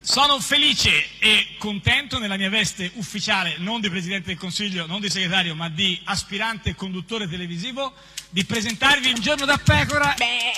Sono felice e contento nella mia veste ufficiale, non di Presidente del Consiglio, non di segretario, ma di aspirante conduttore televisivo, di presentarvi Un giorno da pecora.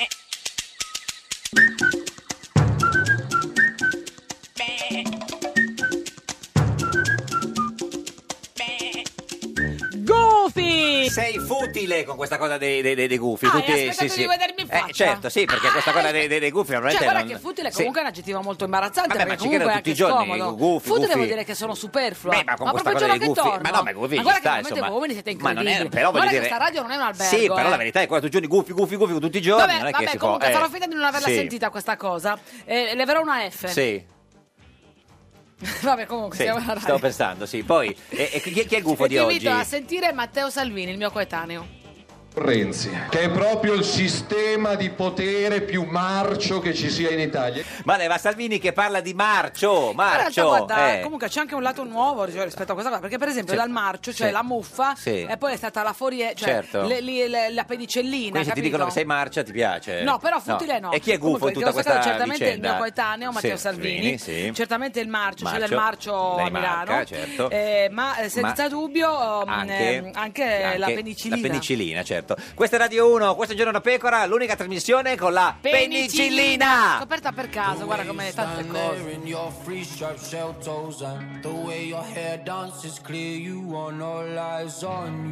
Gufi! Sei futile con questa cosa dei gufi. Hai aspettato di vedermi in faccia? Certo, sì, perché questa cosa dei gufi veramente guarda non... che futile comunque è un aggettivo molto imbarazzante. Vabbè, ma perché ci comunque è credo tutti anche i giorni, scomodo. gufi, Futile gufi. vuol dire che sono superflua. Beh, ma con questa proprio cosa il dei giorno che gufi, torno. ma no, ma gufi Ma ci guarda sta, che veramente insomma. voi uomini siete Ma non è, incredibili. però voglio Guarda che dire... sta radio non è un albergo. Sì, però la verità è quella, tutti i giorni gufi tutti i giorni, non è che Vabbè, si comunque può... farò finta di non averla sì. sentita questa cosa. Leverò una F. Sì. Vabbè, comunque Sì, siamo alla radio. stavo pensando, sì. Poi, chi è il gufo E di ti oggi? invito a sentire Matteo Salvini, il mio coetaneo. Renzi, che è proprio il sistema di potere più marcio che ci sia in Italia. Ma Salvini che parla di marcio. In realtà, guarda, comunque c'è anche un lato nuovo rispetto a questa cosa, perché per esempio Sì. dal marcio c'è Sì. la muffa Sì. e poi è stata la fuoriera, cioè Certo. la pedicellina, Quindi se ti capito? dicono che sei marcia ti piace? No, però futile no. E chi è gufo Comunque, in tutta questo caso questa certamente vicenda? il mio coetaneo Matteo Sì, Salvini, sì. certamente il marcio, c'è del Marcio, marcio a Danimarca, Milano, certo. ma senza dubbio anche la penicillina. La penicillina, certo. Questa è Radio 1, questo è Giorno da Pecora, l'unica trasmissione con la penicillina. Scoperta per caso, guarda come tante cose. In your free striped shell toes and the way your hair dances clear, you want all eyes on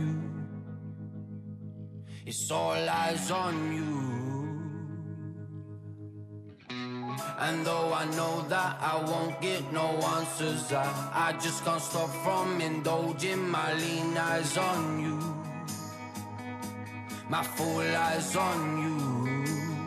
you. It's all eyes on you. And though I know that I won't get no answers, I just can't stop from indulging my lean eyes on you. My full eyes on you.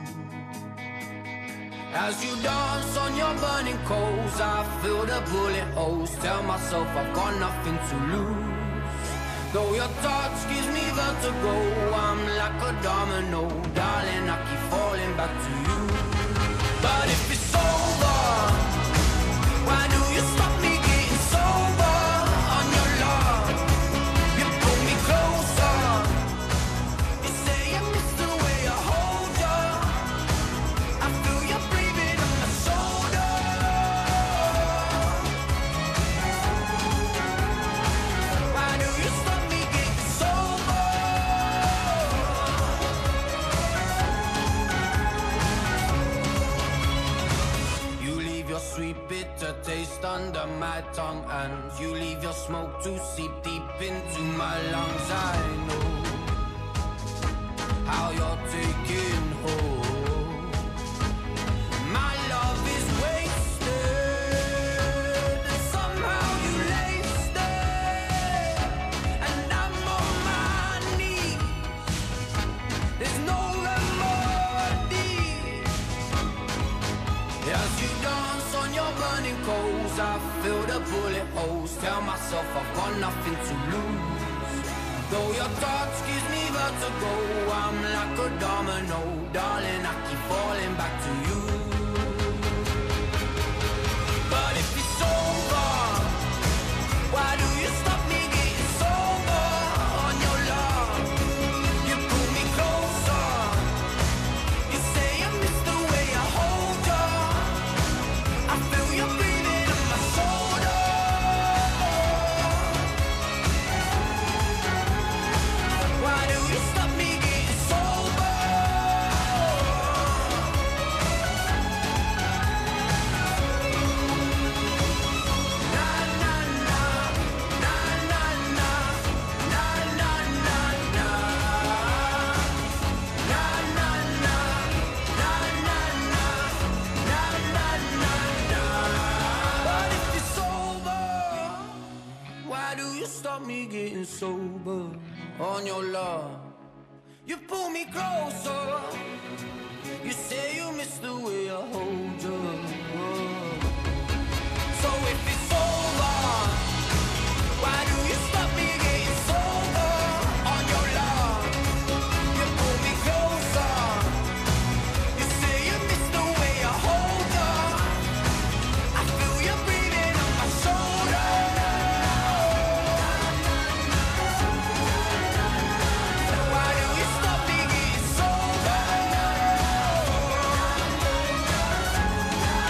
As you dance on your burning coals, I feel the bullet holes. Tell myself I've got nothing to lose. Though your touch gives me vertigo, I'm like a domino. Darling, I keep falling back to you. But if it's over, why do you stop me getting sober on your love? You pull me closer. You say you miss the way I hold you. I feel you breathing on my shoulder. Why do you stop me getting sober? You leave your sweet bitter taste under my tongue, and you leave your smoke to seep deep into my lungs. I know how you're taking hold. My love is wasted, and somehow you laced it, and I'm on my knees. There's no remedy. As you dance on your burning coals, I feel the bullet holes. Tell myself I've got nothing to lose. Though your touch gives me vertigo, I'm like a domino. Darling, I keep falling back to you. But if it's over, why do you stop me getting sober on your love? You pull me closer. You say you miss the way I hold you. I feel you breathing on my shoulder. Why do you stop me getting sober? Na na na, na na na, na na na na, na na na, na na na, na na na na. But if it's over, why do you stop me getting sober on your love? You pull me closer. You say you miss the way I hold you. So if it's over, why do you stop me getting sober on your love? You pull me closer. You say you miss the way I hold you. I feel you breathing on my shoulder. Why do you stop me getting sober?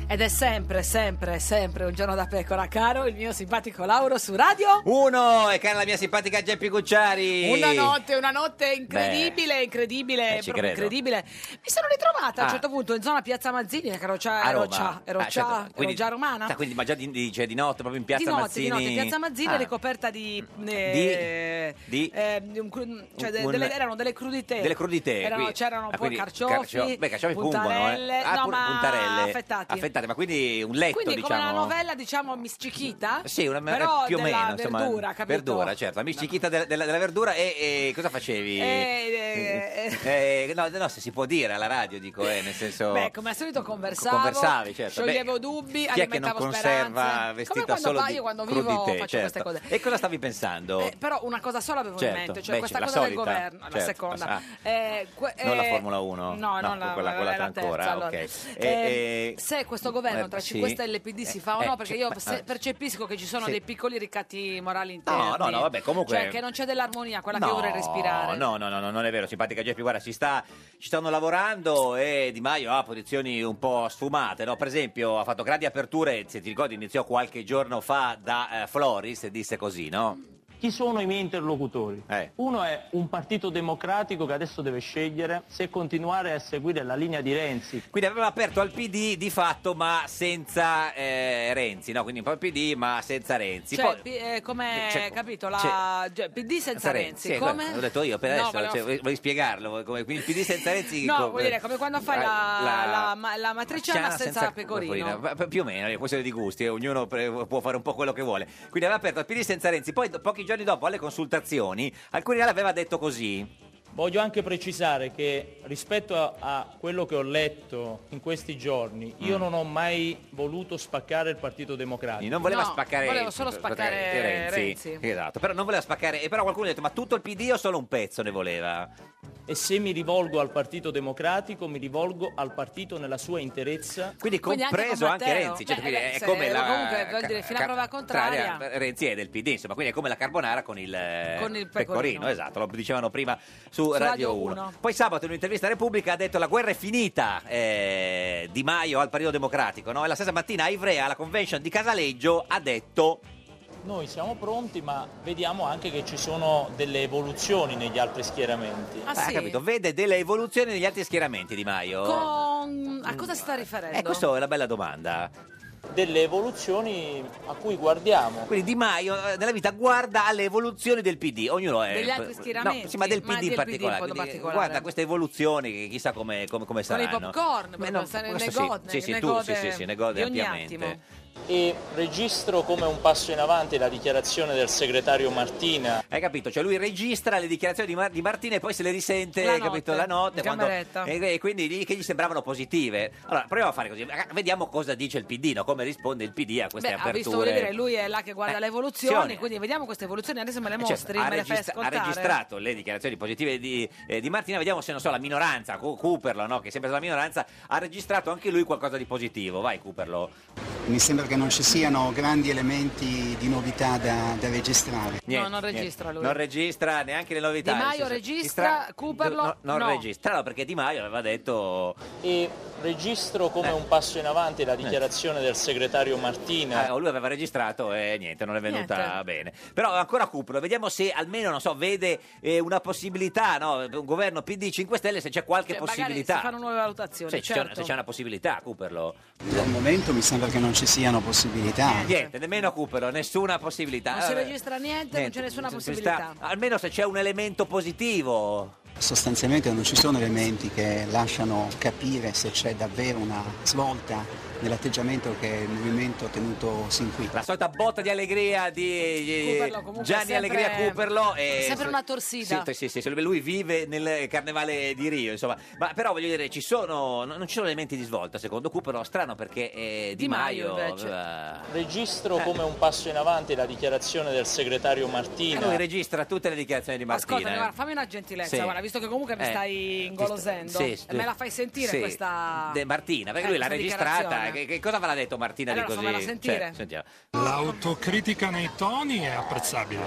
Ed è sempre, sempre, sempre un giorno da pecora, caro il mio simpatico Lauro su Radio 1 e cara la mia simpatica Geppi Cucciari. Una notte incredibile, incredibile, ci proprio credo. incredibile. Mi sono ritrovata a un certo punto in zona Piazza Mazzini, che ero Roma. già romana. Quindi, ma già di notte, proprio in Piazza Di notte, Mazzini. in Piazza Mazzini ricoperta erano delle crudité. Delle crudité. C'erano poi carciofi, carciofi puntarelle, puntarelle affettati. ma quindi un letto, Quindi diciamo. come una novella, diciamo, miscichita. Sì, però più o della meno, insomma, verdura, capito? verdura, certo, la miscichita della verdura e cosa facevi? No, se si può dire alla radio, dico, nel senso. Beh, come al solito conversavi, certo. scioglievo dubbi, chi è che non alimentavo conserva speranze. vestita Come solo io quando vivo crudité, faccio certo. queste cose. E cosa stavi pensando? Però una cosa sola avevo in Certo. mente, cioè Beh, questa la cosa del solita, governo, la certo. seconda. Non la Formula 1? No, non quella la terza ancora, terza, allora. ok. Se questo governo tra sì. 5 Stelle e PD si fa o no, perché io percepisco che ci sono sì. dei piccoli ricatti morali interni. No, vabbè, comunque. Cioè che non c'è dell'armonia, quella che io vorrei respirare. No, non è vero, simpatica Geppi, guarda, ci stanno lavorando e Di Maio ha posizioni un po' sfumate, no? Per esempio ha fatto grandi aperture, se ti ricordi iniziò qualche giorno fa da Floris e disse così, no? Chi sono i miei interlocutori? Eh. Uno è un partito democratico che adesso deve scegliere se continuare a seguire la linea di Renzi. Quindi aveva aperto al PD di fatto ma senza Renzi, no? Quindi un po' il PD ma senza Renzi. Cioè, Poi- come cioè, capito, PD senza senza Renzi. sì, Come? l'ho detto io per No, adesso, vuoi spiegarlo? Quindi il PD senza Renzi... No, vuol dire come quando fai la matriciana senza pecorino. Più o meno, è questione di gusti, ognuno può fare un po' quello che vuole. Quindi aveva aperto al PD senza Renzi, poi pochi giorni dopo alle consultazioni al Quirinale aveva detto così. Voglio anche precisare che rispetto a quello che ho letto in questi giorni, io non ho mai voluto spaccare il Partito Democratico. Non voleva No, spaccare volevo solo spaccare Renzi. Esatto, però non voleva spaccare, però qualcuno ha detto ma tutto il PD o solo un pezzo ne voleva? E se mi rivolgo al Partito Democratico, mi rivolgo al partito nella sua interezza. Quindi compreso con anche Matteo. Renzi, cioè, quindi è Se- come la comunque, vuol dire, fino a prova contraria. Renzi è del PD, insomma, quindi è come la carbonara con il pecorino. esatto, lo dicevano prima su Su Radio Radio 1. 1. Poi sabato in un'intervista a Repubblica ha detto la guerra è finita, Di Maio al Partito Democratico, no? E la stessa mattina a Ivrea alla convention di Casaleggio ha detto Noi siamo pronti, ma vediamo anche che ci sono delle evoluzioni negli altri schieramenti. Ah, ha sì? capito, vede delle evoluzioni negli altri schieramenti Di Maio? A cosa si sta riferendo? Questa è una bella domanda. Delle evoluzioni a cui guardiamo. Quindi Di Maio nella vita guarda alle evoluzioni del PD, ognuno è Degli altri schieramenti? No, sì, ma del PD in del particolare. PD in modo Quindi particolare. guarda queste evoluzioni che chissà come saranno. Con i popcorn, Beh, ne gode gode di ogni ampiamente. attimo. E registro come un passo in avanti la dichiarazione del segretario Martina. Hai capito? Cioè lui registra le dichiarazioni di Martina e poi se le risente, La capito? notte, La notte in cameretta. e quindi che gli sembravano positive. Allora, proviamo a fare così. Vediamo cosa dice il PD, no? Come risponde il PD a queste Ha aperture. visto, voglio dire, lui è là che guarda le evoluzioni, azione. quindi vediamo queste evoluzioni, adesso me le Cioè, mostri, me le fai ha ascoltare. registrato le dichiarazioni positive di Martina, vediamo se non so la minoranza, Cooperlo, no? Che è sempre la minoranza, ha registrato anche lui qualcosa di positivo. Vai Cooperlo. Mi sembra che non ci siano grandi elementi di novità da registrare. Niente, non registra niente. lui. Non registra neanche le novità. Di Maio nel senso, registra, Cooperlo non no. registra, no, perché Di Maio aveva detto E registro come un passo in avanti la dichiarazione del segretario Martina. lui aveva registrato e niente, non è venuta Niente. bene. Però ancora Cooperlo, vediamo se almeno, non so, vede una possibilità, no? Un governo PD 5 Stelle, se c'è qualche Cioè, magari possibilità. si fanno nuove valutazioni, Se certo. c'è una possibilità, Cooperlo. Al momento mi sembra che non ci siano possibilità. Niente, nemmeno Cooperlo, nessuna possibilità. Non si registra niente, non c'è nessuna possibilità. Almeno se c'è un elemento positivo. Sostanzialmente non ci sono elementi che lasciano capire se c'è davvero una svolta nell'atteggiamento che il movimento ha tenuto sin qui. La solita botta di allegria di Cooperlo, comunque, Gianni sempre- Allegria Cooperlo. sempre una torsida. Sì, lui vive nel carnevale di Rio, insomma. Ma però voglio dire, non ci sono elementi di svolta, secondo Cooperlo, strano perché Di Maio invece. Registro come un passo in avanti la dichiarazione del segretario Martina. lui registra tutte le dichiarazioni di Martina. Ascolta, guarda, fammi una gentilezza, Sì. guarda, visto che comunque mi stai ingolosendo, Sì, me la fai sentire sì, questa De Martina, perché lui l'ha questa registrata dichiarazione. Che cosa ve l'ha detto Martina Allora, di così? fammela sentire. Sentiamo. L'autocritica nei toni è apprezzabile.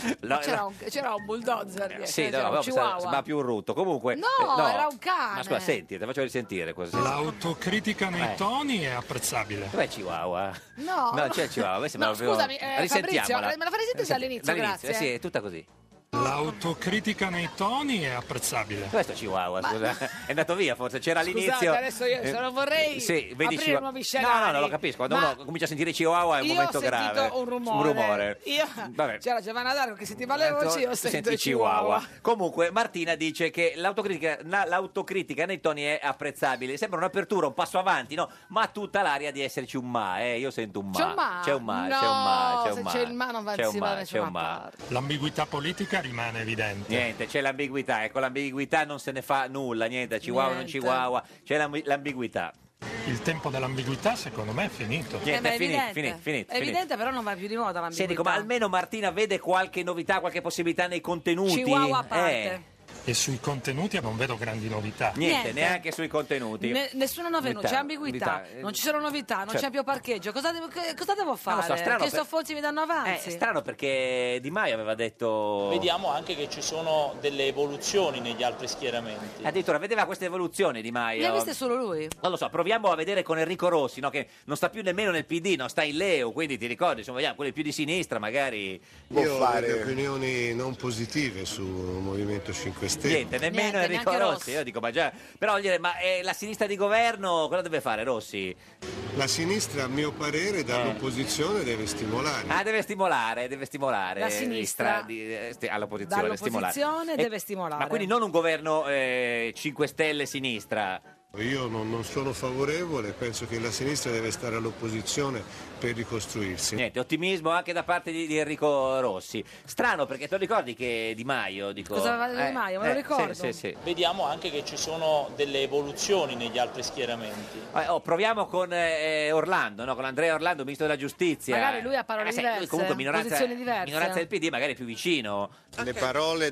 C'era un bulldozer. Sì, c'era no, un chihuahua. ma più rutto. Comunque, No, era un cane. Ma scusa, senti, te faccio risentire così. L'autocritica nei toni è apprezzabile. Dov'è il chihuahua? No. No, c'è il chihuahua. A me sembra No, proprio... scusami, Fabrizio, me la farei sentire dall'inizio, grazie. Sì, è tutta così. L'autocritica nei toni è apprezzabile. Questo chihuahua, scusa. È andato via forse, c'era all'inizio. Scusate, adesso io se non vorrei aprire nuovi scenari. No, lo capisco. Quando uno comincia a sentire chihuahua è un momento grave. Io ho sentito un rumore. Vabbè. C'era Giovanna D'Arco che sentiva le voci, io sento il chihuahua. Comunque Martina dice che l'autocritica nei toni è apprezzabile. Sembra un'apertura, un passo avanti, no? Ma ha tutta l'aria di esserci un ma, Io sento un ma. C'è un ma. Se c'è il ma non va da nessuna parte. L'ambiguità politica rimane evidente. Niente, c'è l'ambiguità, e con l'ambiguità non se ne fa nulla, niente, chihuahua non chihuahua, c'è l'ambiguità. Il tempo dell'ambiguità secondo me è finito. Niente, è evidente. finito. È evidente, però non va più di moda l'ambiguità. Sì, dico, ma almeno Martina vede qualche novità, qualche possibilità nei contenuti? Chihuahua a parte. E sui contenuti non vedo grandi novità. Niente. Neanche sui contenuti. Nessuna novità, c'è ambiguità, non ci sono novità, non c'è più parcheggio. Cosa devo fare? So, strano che Stoffolzi mi danno avanzi? È strano perché Di Maio aveva detto... Vediamo anche che ci sono delle evoluzioni negli altri schieramenti. Addirittura vedeva queste evoluzioni Di Maio. Le ha viste solo lui? Non lo so, proviamo a vedere con Enrico Rossi, no? Che non sta più nemmeno nel PD, no? Sta in Leo, quindi ti ricordi, insomma, vediamo, quelli più di sinistra magari... Io ho delle opinioni non positive sul Movimento 5 Stelle. Niente, nemmeno Enrico Rossi. Io dico, ma già... Però la sinistra di governo cosa deve fare Rossi? La sinistra, a mio parere, dall'opposizione deve stimolare. Deve stimolare. La sinistra all'opposizione. Dall'opposizione deve stimolare. Ma quindi non un governo 5 Stelle sinistra? Io non sono favorevole, penso che la sinistra deve stare all'opposizione per ricostruirsi. Niente, ottimismo anche da parte di Enrico Rossi. Strano perché te lo ricordi che Di Maio... Cosa aveva detto Di Maio? Me lo ricordo. Sì. Vediamo anche che ci sono delle evoluzioni negli altri schieramenti. Proviamo con Orlando, no? Con Andrea Orlando, ministro della giustizia. Magari lui ha parole diverse, comunque posizioni diverse. Minoranza del PD, magari più vicino. Le parole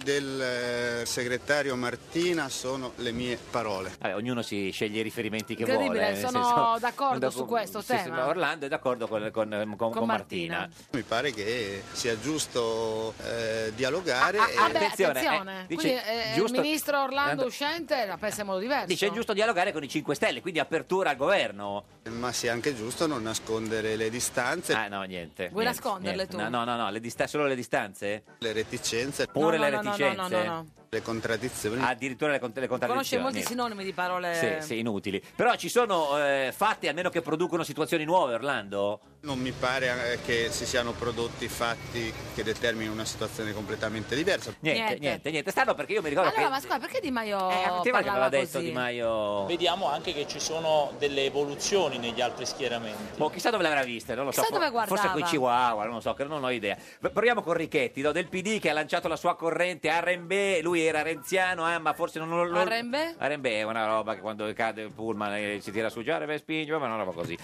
del segretario Martina sono le mie parole. Ognuno si sceglie i riferimenti che Incredibile, vuole. sono d'accordo su questo tema. Orlando è d'accordo con Martina. Mi pare che sia giusto dialogare. Attenzione. Dice, quindi, il ministro Orlando uscente la pensa in modo diverso. Dice è giusto dialogare con i 5 Stelle, quindi apertura al governo. Ma sia anche giusto non nascondere le distanze. No, niente. Vuoi nasconderle tu? No, solo le distanze? Le reticenze. Pure le reticenze? No. Le contraddizioni. Addirittura le contraddizioni. Conosce molti sinonimi di parole sì, inutili. Però ci sono fatti almeno che producono situazioni nuove, Orlando? Non mi pare che si siano prodotti fatti che determinino una situazione completamente diversa. Niente. Stanno perché io mi ricordo ma scusa, perché Di Maio che aveva detto così? Di Maio... Vediamo anche che ci sono delle evoluzioni negli altri schieramenti. Chissà dove le avrà viste, non lo so. Chissà dove guardava. Forse con i Chihuahua, non lo so, che non ho idea. Proviamo con Richetti, del PD che ha lanciato la sua corrente Arrembè, lui era renziano, ma forse non lo... Arrembè? Arrembè è una roba che quando cade il pullman si tira su già, spinge, ma una roba così.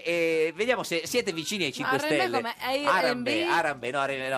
E vediamo se siete vicini ai 5 Stelle. Arrembè,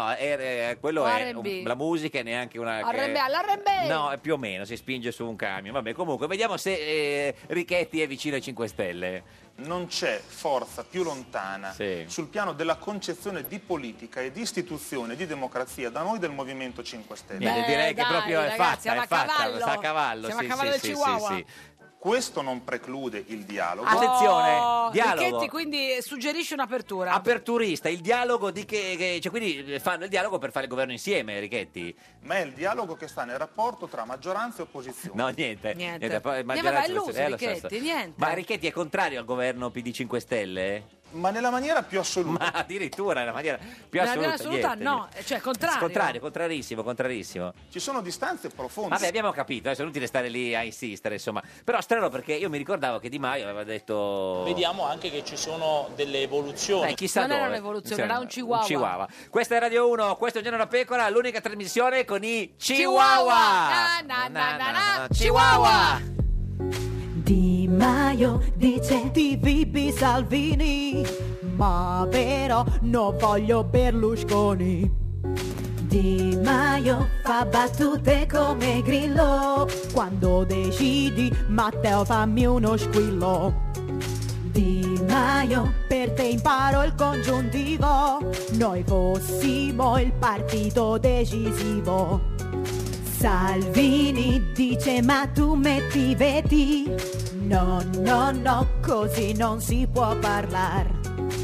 quello è la musica è neanche una... Arrembè! No, più o meno, si spinge su un camion. Vabbè, comunque, vediamo se Richetti è vicino ai 5 Stelle. Non c'è forza più lontana sul piano della concezione di politica e di istituzione, di democrazia da noi del Movimento 5 Stelle. Direi che proprio è fatta, sta a cavallo. Siamo a cavallo del Chihuahua. Sì. Questo non preclude il dialogo. Attenzione, dialogo. Richetti quindi suggerisce un'apertura. Aperturista, il dialogo di cioè quindi fanno il dialogo per fare il governo insieme, Richetti. Ma è il dialogo che sta nel rapporto tra maggioranza e opposizione. No, niente. È illuso Richetti, niente. Ma Richetti è contrario al governo PD 5 Stelle? Ma nella maniera più assoluta. Ma addirittura nella maniera più assoluta. No, cioè contrario. Contrarissimo. Ci sono distanze profonde. Vabbè, abbiamo capito, adesso è inutile stare lì a insistere, insomma. Però strano perché io mi ricordavo che Di Maio aveva detto... Vediamo anche che ci sono delle evoluzioni. Chissà non era un'evoluzione, era un Chihuahua. Questa è Radio 1, questo è Un Giorno da Pecora, l'unica trasmissione con i Chihuahua. Chihuahua. Di Maio dice TVP Salvini, ma però non voglio Berlusconi. Di Maio fa battute come Grillo, quando decidi Matteo fammi uno squillo. Di Maio Maio, per te imparo il congiuntivo. Noi fossimo il partito decisivo. Salvini dice ma tu metti veti. No, no, no, così non si può parlare.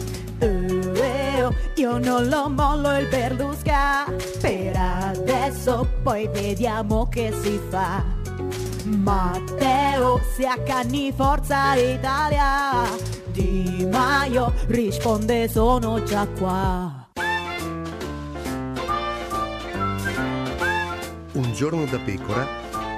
Io non lo mollo il Berlusca. Per adesso poi vediamo che si fa. Matteo, se accanni Forza Italia. Di Maio risponde sono già qua. Un giorno da pecora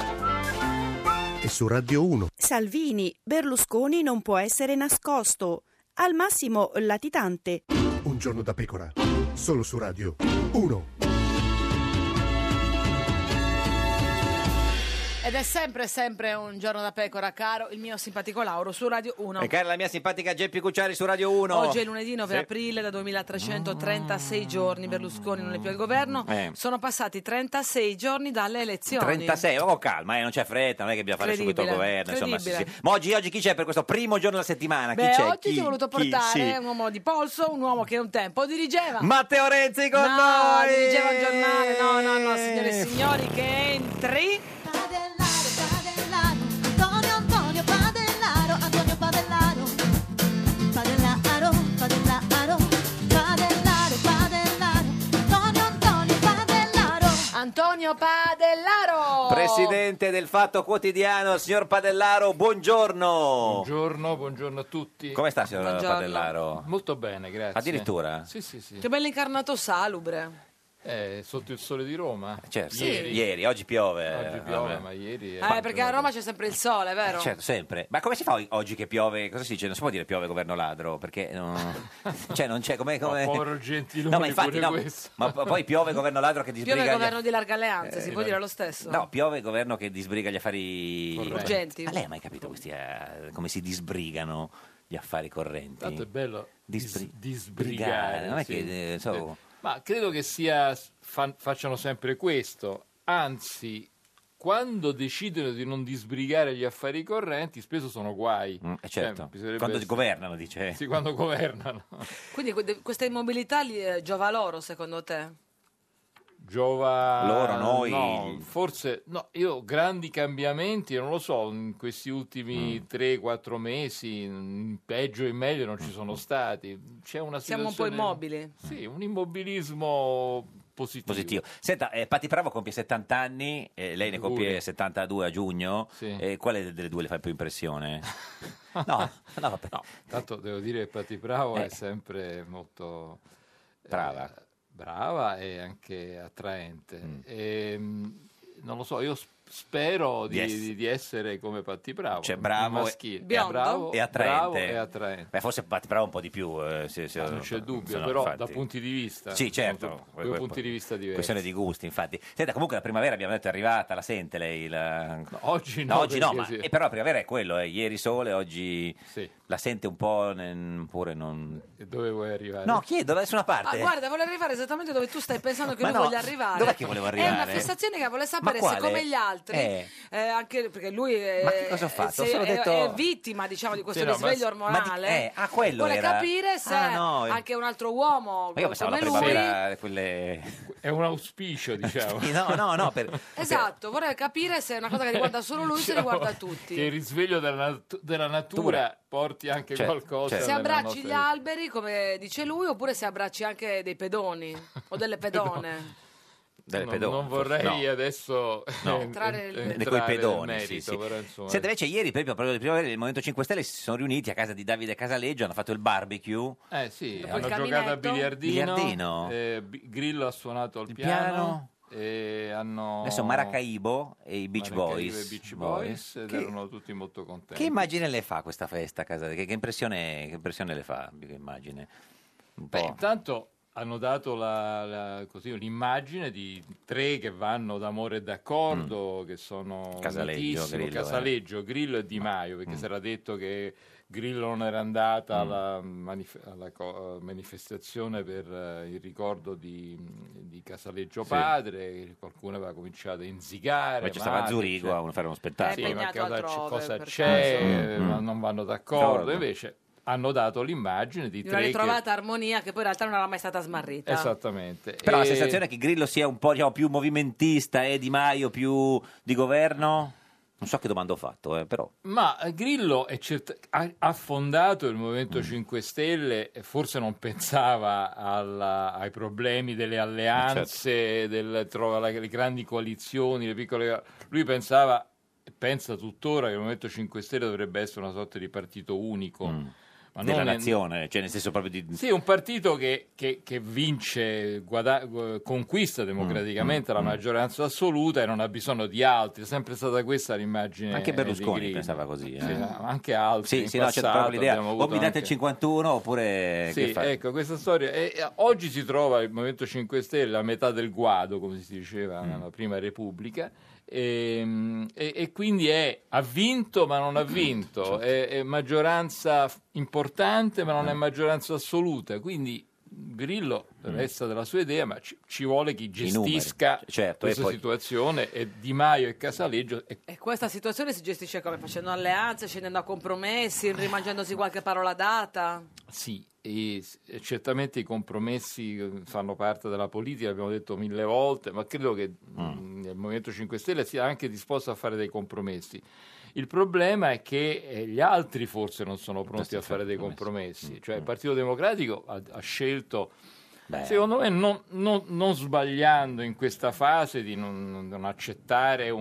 e su Radio 1. Salvini, Berlusconi non può essere nascosto. Al massimo latitante. Un giorno da pecora, solo su Radio 1. Ed è sempre un giorno da pecora, caro il mio simpatico Lauro su Radio 1. E cara la mia simpatica Geppi Cucciari su Radio 1. Oggi è lunedì 9 aprile, da 2336 giorni Berlusconi non è più al governo. Sono passati 36 giorni dalle elezioni. 36, oh calma, non c'è fretta, non è che dobbiamo fare subito il governo. Insomma, sì. Ma oggi chi c'è per questo primo giorno della settimana? Chi c'è? Oggi ti ho voluto portare un uomo di polso, un uomo che un tempo dirigeva. Matteo Renzi con noi! Dirigeva un giornale, no, signore e signori, che entri... Antonio Padellaro, presidente del Fatto Quotidiano. Signor Padellaro, buongiorno. Buongiorno a tutti. Come sta, signor Padellaro? Molto bene, grazie. Addirittura? Sì. Che bello incarnato salubre. Sotto il sole di Roma. Certo. Ieri, oggi piove. Oggi piove, ma ieri... perché a Roma c'è sempre il sole, vero? Certo, sempre. Ma come si fa oggi che piove? Cosa si dice? Non si può dire piove governo ladro, perché non c'è come... povero Gentiloni, no, ma infatti questo. Ma poi piove governo ladro che disbriga... Piove governo di larga alleanza, si può dire lo stesso? No, piove governo che disbriga gli affari... urgenti. Ma lei ha mai capito questi come si disbrigano gli affari correnti? Tanto è bello disbrigare. Non è che... Ma credo che facciano sempre questo, anzi, quando decidono di non disbrigare gli affari correnti, spesso sono guai. Certo, quando governano, dice. Sì, quando governano. Quindi questa immobilità giova loro, secondo te? Giova loro, noi? No, forse, io grandi cambiamenti, non lo so, in questi ultimi 3-4 mesi, peggio e meglio non ci sono stati. C'è una Siamo un po' immobili. Sì, un immobilismo positivo. Senta, Patti Bravo compie 70 anni, lei ne compie 72 a giugno. Sì. Quale delle due le fa più impressione? No, tanto devo dire che Patti Bravo è sempre molto... brava e anche attraente. Non lo so, io spero di essere come Patti Bravo. Cioè bravo e attraente. Beh, forse Patti Bravo un po' di più. Non c'è dubbio, però infatti. da punti di vista. Sì, certo. Due punti di vista diversi. Questione di gusti, infatti. Senta, comunque la primavera abbiamo detto è arrivata, la sente lei? Oggi no. Oggi no, però la primavera è quello, ieri sole, oggi la sente un po' oppure non... E dove vuoi arrivare? No, chiedo, da nessuna parte. Guarda, vuole arrivare esattamente dove tu stai pensando che lui voglia arrivare. Dov'è che volevo arrivare? È una fissazione che vuole sapere se come gli altri, anche perché lui ma che cosa ho fatto? È vittima, diciamo, di questo risveglio ormonale. Quello vuole era... capire se anche un altro uomo io pensavo come la primavera, quelle... È un auspicio, diciamo. no, esatto, vorrei capire se è una cosa che riguarda solo lui o se riguarda tutti. Che il risveglio della natura porti anche qualcosa. Se abbracci gli alberi, come dice lui, oppure se abbracci anche dei pedoni o delle pedone. Non vorrei adesso entrare quei pedoni. Merito, però, insomma... Senta, invece ieri, proprio di primavera, il Movimento 5 Stelle si sono riuniti a casa di Davide Casaleggio, hanno fatto il barbecue. Hanno giocato a biliardino. Grillo ha suonato il piano. E hanno adesso Maracaibo e i Beach Boys ed erano tutti molto contenti. Che immagine le fa questa festa a casa? Che impressione le fa? Che immagine? Un po'. Intanto hanno dato così un'immagine di tre che vanno d'amore e d'accordo, che sono Casaleggio, Grillo e Di Maio, perché si era detto che Grillo non era andata alla manifestazione per il ricordo di Casaleggio padre, qualcuno aveva cominciato a inzigare. Poi ci stava Zurigo a fare uno spettacolo. Ma cosa c'è? Non vanno d'accordo. Invece hanno dato l'immagine di Di una tre ritrovata armonia che poi in realtà non era mai stata smarrita. Esattamente. Però la sensazione è che Grillo sia un po' più movimentista e Di Maio più di governo? Non so che domanda ho fatto, però. Ma Grillo ha fondato il Movimento 5 Stelle e forse non pensava ai problemi delle alleanze, le grandi coalizioni, le piccole... Lui pensava, e pensa tuttora, che il Movimento 5 Stelle dovrebbe essere una sorta di partito unico. Ma Della nazione, cioè nel senso proprio di... Sì, un partito che vince, conquista democraticamente la maggioranza assoluta e non ha bisogno di altri. È sempre stata questa l'immagine. Anche Berlusconi di pensava così. Sì, anche altri. Sì, in no, c'è passato proprio l'idea. abbiamo O avuto mi date anche... il 51 oppure... Sì, che fa? ecco, questa storia. Oggi si trova il Movimento 5 Stelle a metà del guado, come si diceva nella Prima Repubblica. E quindi ha vinto ma non ha vinto, è maggioranza importante ma non è maggioranza assoluta, quindi Grillo resta della sua idea, ma ci vuole chi gestisca questa situazione, e Di Maio e Casaleggio. E questa situazione si gestisce come? Facendo alleanze, scendendo a compromessi, rimangiandosi qualche parola data? Sì, e certamente i compromessi fanno parte della politica, l'abbiamo detto 1000 volte, ma credo che il Movimento 5 Stelle sia anche disposto a fare dei compromessi. Il problema è che gli altri forse non sono pronti a fare dei compromessi. Cioè il Partito Democratico ha scelto, secondo me non sbagliando in questa fase, di non accettare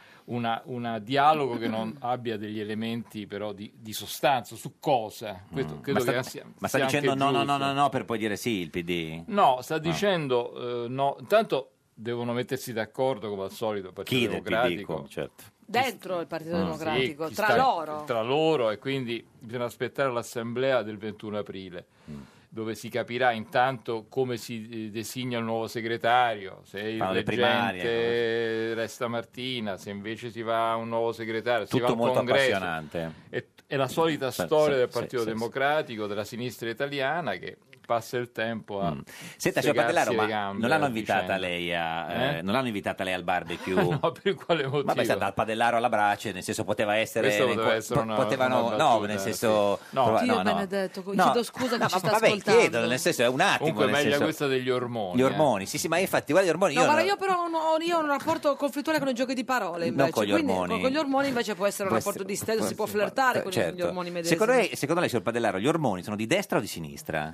un dialogo che non abbia degli elementi però di sostanza. Su cosa? Questo credo ma sta dicendo no per poi dire sì il PD? No, sta dicendo no. Intanto devono mettersi d'accordo come al solito il Partito Democratico. PD, certo. Dentro il Partito Democratico, sì, tra loro, e quindi bisogna aspettare l'assemblea del 21 aprile dove si capirà intanto come si designa il nuovo segretario, se il reggente resta Martina, se invece si va a un nuovo segretario, Tutto si va a un molto congresso. appassionante. È la solita storia del Partito Democratico, della sinistra italiana, che passa il tempo a Senta, signor Padellaro, ma gambe, non l'hanno invitata lei non l'hanno invitata lei al barbecue? No, per quale motivo? Vabbè, dal Padellaro alla Brace, nel senso poteva essere potevano una no, battuta, nel senso Dio Benedetto, chiedo scusa che ci sta vabbè, ascoltando. chiedo, nel senso è un attimo. Comunque è meglio senso, questa degli ormoni. Gli ormoni, sì, ma infatti guarda gli ormoni. No, guarda, io però ho un rapporto conflittuale con i giochi di parole invece. Non con gli ormoni. Con gli ormoni invece può essere un rapporto disteso, si può flirtare con gli ormoni medesimi. Secondo lei, signor Padellaro, gli ormoni sono di destra o di sinistra?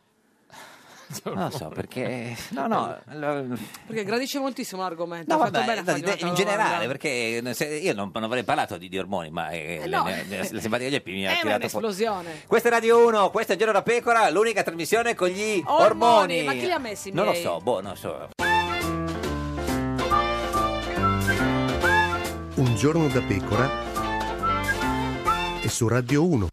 Non lo so, perché perché gradisce moltissimo l'argomento. No, Ha fatto vabbè, bene in generale, perché io non avrei parlato di ormoni, ma la simpatica Geppi mi ha tirato fuori. Un'esplosione. Questa è Radio 1, questo è Giorno da Pecora, l'unica trasmissione con gli ormoni. Ma chi li ha messi? Non lo so, non so. Un giorno da pecora e su Radio 1.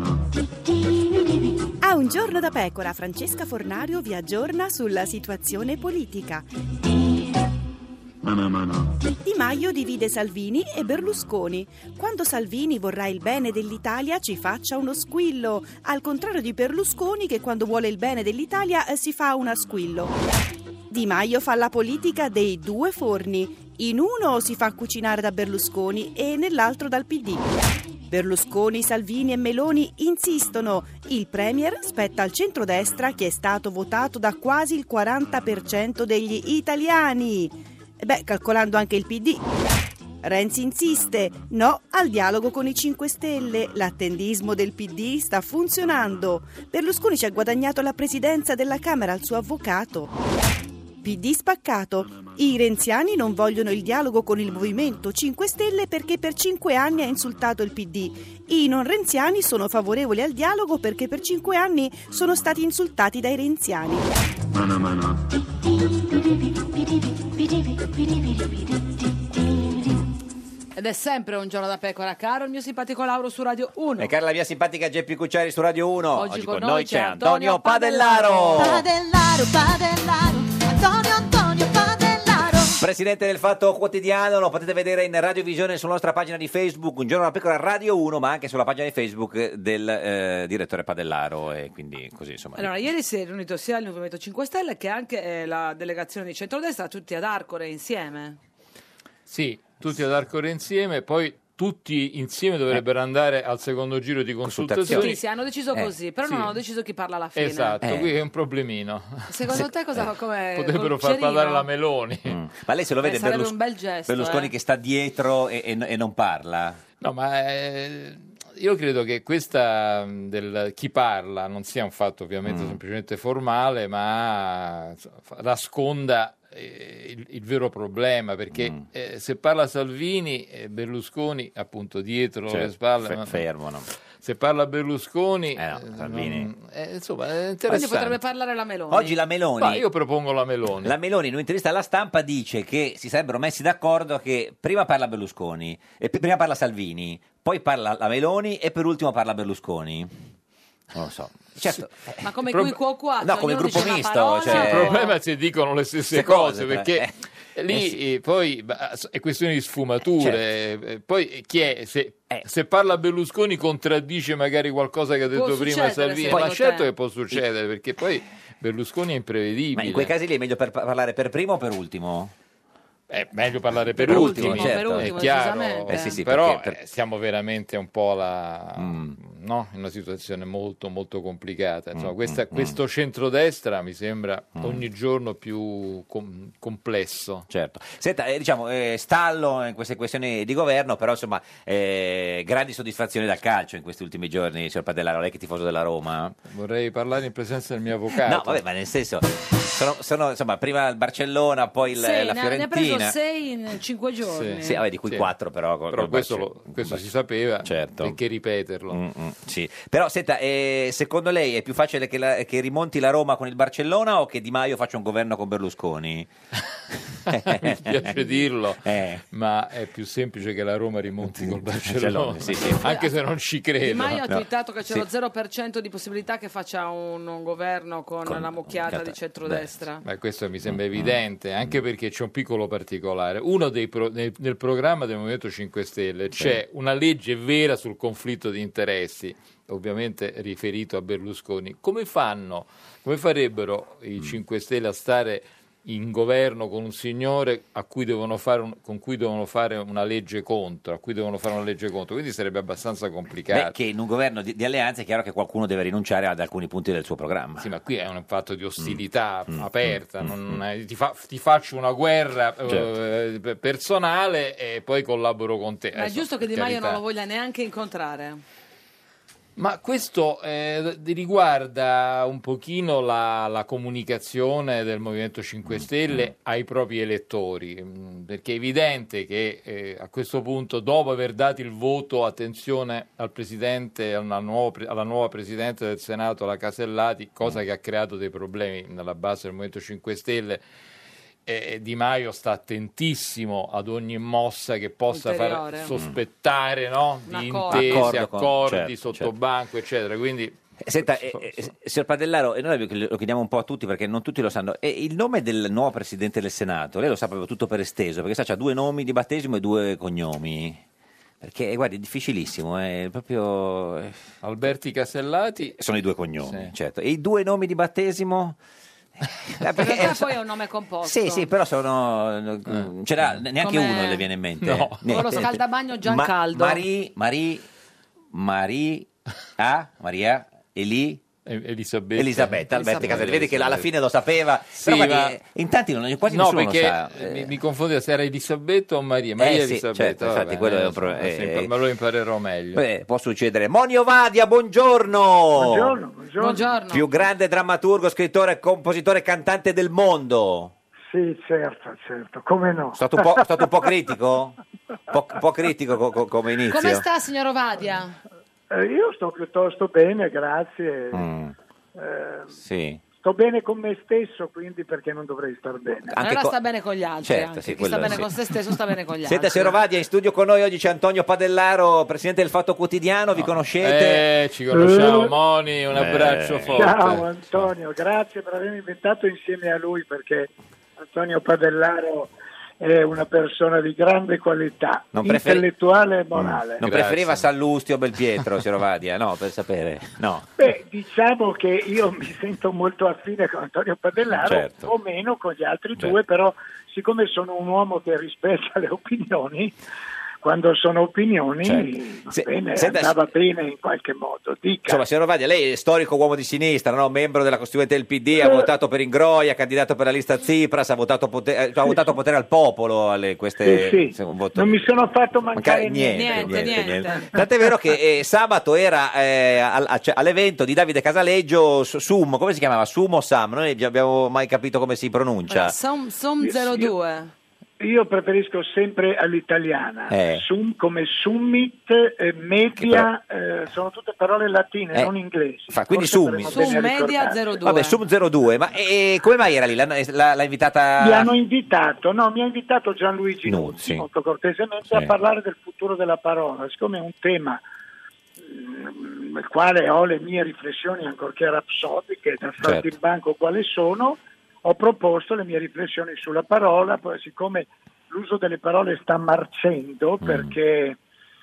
A Un giorno da pecora, Francesca Fornario vi aggiorna sulla situazione politica. Di Maio divide Salvini e Berlusconi. Quando Salvini vorrà il bene dell'Italia ci faccia uno squillo, al contrario di Berlusconi che quando vuole il bene dell'Italia si fa una squillo. Di Maio fa la politica dei due forni. In uno si fa cucinare da Berlusconi e nell'altro dal PD. Berlusconi, Salvini e Meloni insistono. Il premier spetta al centrodestra che è stato votato da quasi il 40% degli italiani. Calcolando anche il PD. Renzi insiste, no al dialogo con i 5 Stelle, l'attendismo del PD sta funzionando. Berlusconi ci ha guadagnato la presidenza della Camera al suo avvocato. PD spaccato. I renziani non vogliono il dialogo con il Movimento 5 Stelle perché per 5 anni ha insultato il PD. I non renziani sono favorevoli al dialogo perché per 5 anni sono stati insultati dai renziani. Ed è sempre Un giorno da pecora, caro il mio simpatico Lauro su Radio 1. E cara la mia simpatica Geppi Cucciari su Radio 1. Oggi con noi c'è Antonio Padellaro. Antonio Padellaro. Presidente del Fatto Quotidiano, lo potete vedere in radiovisione sulla nostra pagina di Facebook, Un giorno da pecora Radio 1, ma anche sulla pagina di Facebook del direttore Padellaro, e quindi così insomma. Allora, ieri si è riunito sia il Movimento 5 Stelle che anche la delegazione di centrodestra, tutti ad Arcore insieme. Sì, tutti ad Arcore insieme, poi tutti insieme dovrebbero andare al secondo giro di consultazioni. Sì, hanno deciso così, però non hanno deciso chi parla alla fine. Esatto, qui è un problemino. Secondo te cosa come potrebbero far parlare la Meloni? Ma lei se lo vede sarebbe un bel gesto, Berlusconi che sta dietro e non parla? No, ma io credo che questa del chi parla non sia un fatto ovviamente semplicemente formale, ma nasconda il vero problema, perché se parla Salvini, Berlusconi appunto dietro le spalle fermano. Se parla Berlusconi, Salvini. Insomma, è interessante. Quindi potrebbe parlare la Meloni. Oggi la Meloni. Io propongo la Meloni. La Meloni in un'intervista alla Stampa dice che si sarebbero messi d'accordo che prima parla Berlusconi, e prima parla Salvini, poi parla la Meloni e per ultimo parla Berlusconi. Non lo so. Certo. Ma come qui qua? No, come gruppo misto. Il problema è se dicono le stesse cose, perché lì poi è questione di sfumature. Poi chi è? Se parla Berlusconi contraddice magari qualcosa che ha detto prima Salvini, ma certo che può succedere, perché poi Berlusconi è imprevedibile. Ma in quei casi lì è meglio parlare per primo o per ultimo? È meglio parlare per ultimo, certo. È chiaro, sì, però siamo veramente un po' in una situazione molto molto complicata. Insomma, questo centrodestra mi sembra ogni giorno più complesso. Certo. Senta, stallo in queste questioni di governo, però insomma grandi soddisfazioni dal calcio in questi ultimi giorni, signor Padellaro, lei che è tifoso della Roma. Vorrei parlare in presenza del mio avvocato. No, vabbè, ma nel senso sono insomma prima il Barcellona, poi la Fiorentina. Ne ha preso 6 in 5 giorni. Sì, vabbè, di cui 4 però. Però questo si sapeva, certo. Perché ripeterlo. Sì. Però senta, secondo lei è più facile che rimonti la Roma con il Barcellona o che Di Maio faccia un governo con Berlusconi? Mi piace dirlo, ma è più semplice che la Roma rimonti col Barcellona, sì. Anche se non ci credo. Di Maio ha twittato che c'è lo 0% di possibilità che faccia un governo con la mucchiata di centrodestra. Questo mi sembra evidente, anche perché c'è un piccolo particolare. Uno nel programma del Movimento 5 Stelle c'è una legge vera sul conflitto di interessi, ovviamente riferito a Berlusconi. Come farebbero i 5 Stelle a stare in governo con un signore con cui devono fare una legge contro, quindi sarebbe abbastanza complicato. Che in un governo di alleanza è chiaro che qualcuno deve rinunciare ad alcuni punti del suo programma. Sì, ma qui è un fatto di ostilità aperta, ti faccio una guerra personale e poi collaboro con te. Ma è giusto che Di Maio non lo voglia neanche incontrare? Ma questo riguarda un pochino la comunicazione del Movimento 5 Stelle ai propri elettori, perché è evidente che a questo punto, dopo aver dato il voto, attenzione al Presidente, alla nuova Presidente del Senato, la Casellati, cosa che ha creato dei problemi nella base del Movimento 5 Stelle, Di Maio sta attentissimo ad ogni mossa che possa far sospettare di intese, accordi sotto banco, eccetera. Quindi senta, signor Padellaro, noi lo chiediamo un po' a tutti perché non tutti lo sanno. Il nome del nuovo Presidente del Senato, lei lo sa proprio tutto per esteso, perché c'ha 2 nomi di battesimo e 2 cognomi. Perché guardi, è difficilissimo, è proprio Alberti Casellati sono i 2 cognomi, certo. E i 2 nomi di battesimo? Perché poi è un nome composto. Sì, però sono c'era neanche uno le viene in mente. No. Con lo scaldabagno Giancaldo. Maria Elisabetta Alberti Casellati, vedi che alla fine lo sapeva, però guardi, in tanti quasi nessuno lo sa. Mi confondevo se era Elisabetta o Maria Elisabetta, certo, infatti quello è un problema. Me lo imparerò meglio. Può succedere. Monio Vadia, buongiorno. Buongiorno. Più grande drammaturgo, scrittore, compositore, cantante del mondo. Sì, certo, come no. Stato un po' critico? Un po' critico come inizio. Come sta, signor Ovadia? Io sto piuttosto bene, grazie. Sì. Sto bene con me stesso, quindi perché non dovrei star bene? Allora sta bene con gli altri. Certo, chi sta bene con se stesso sta bene con gli altri. Senta, signor Ovadia, in studio con noi oggi c'è Antonio Padellaro, presidente del Fatto Quotidiano, vi conoscete? Ci conosciamo, Moni, un abbraccio forte. Ciao Antonio, grazie per avermi invitato insieme a lui, perché Antonio Padellaro è una persona di grande qualità, intellettuale e morale. Non preferiva Sallusti o Belpietro, signor Ovadia? No, per sapere. No. Beh, diciamo che io mi sento molto affine con Antonio Padellaro, o meno con gli altri 2, però siccome sono un uomo che rispetta le opinioni, quando sono opinioni, Certo. andava bene in qualche modo. Dica. Insomma, signor Rovaglia, lei è storico uomo di sinistra, no? Membro della Costituente del PD, ha votato per Ingroia, candidato per la lista Tsipras, ha votato potere al popolo Sì. Non mi sono fatto mancare niente. Tant'è vero che sabato era all'evento di Davide Casaleggio, Sumo, come si chiamava? Sumo Sam, non abbiamo mai capito come si pronuncia. Som 02. Io preferisco sempre all'italiana. Sum come summit, media, sono tutte parole latine, non inglesi. Quindi Sum Media 02. Vabbè, Sum 02, ma come mai era lì? L'ha invitata? Mi hanno invitato, mi ha invitato Gianluigi Nuzzi, molto cortesemente, a parlare del futuro della parola. Siccome è un tema nel quale ho le mie riflessioni, ancorché rapsodiche, da farti in banco quali sono, ho proposto le mie riflessioni sulla parola. Poi, siccome l'uso delle parole sta marcendo, perché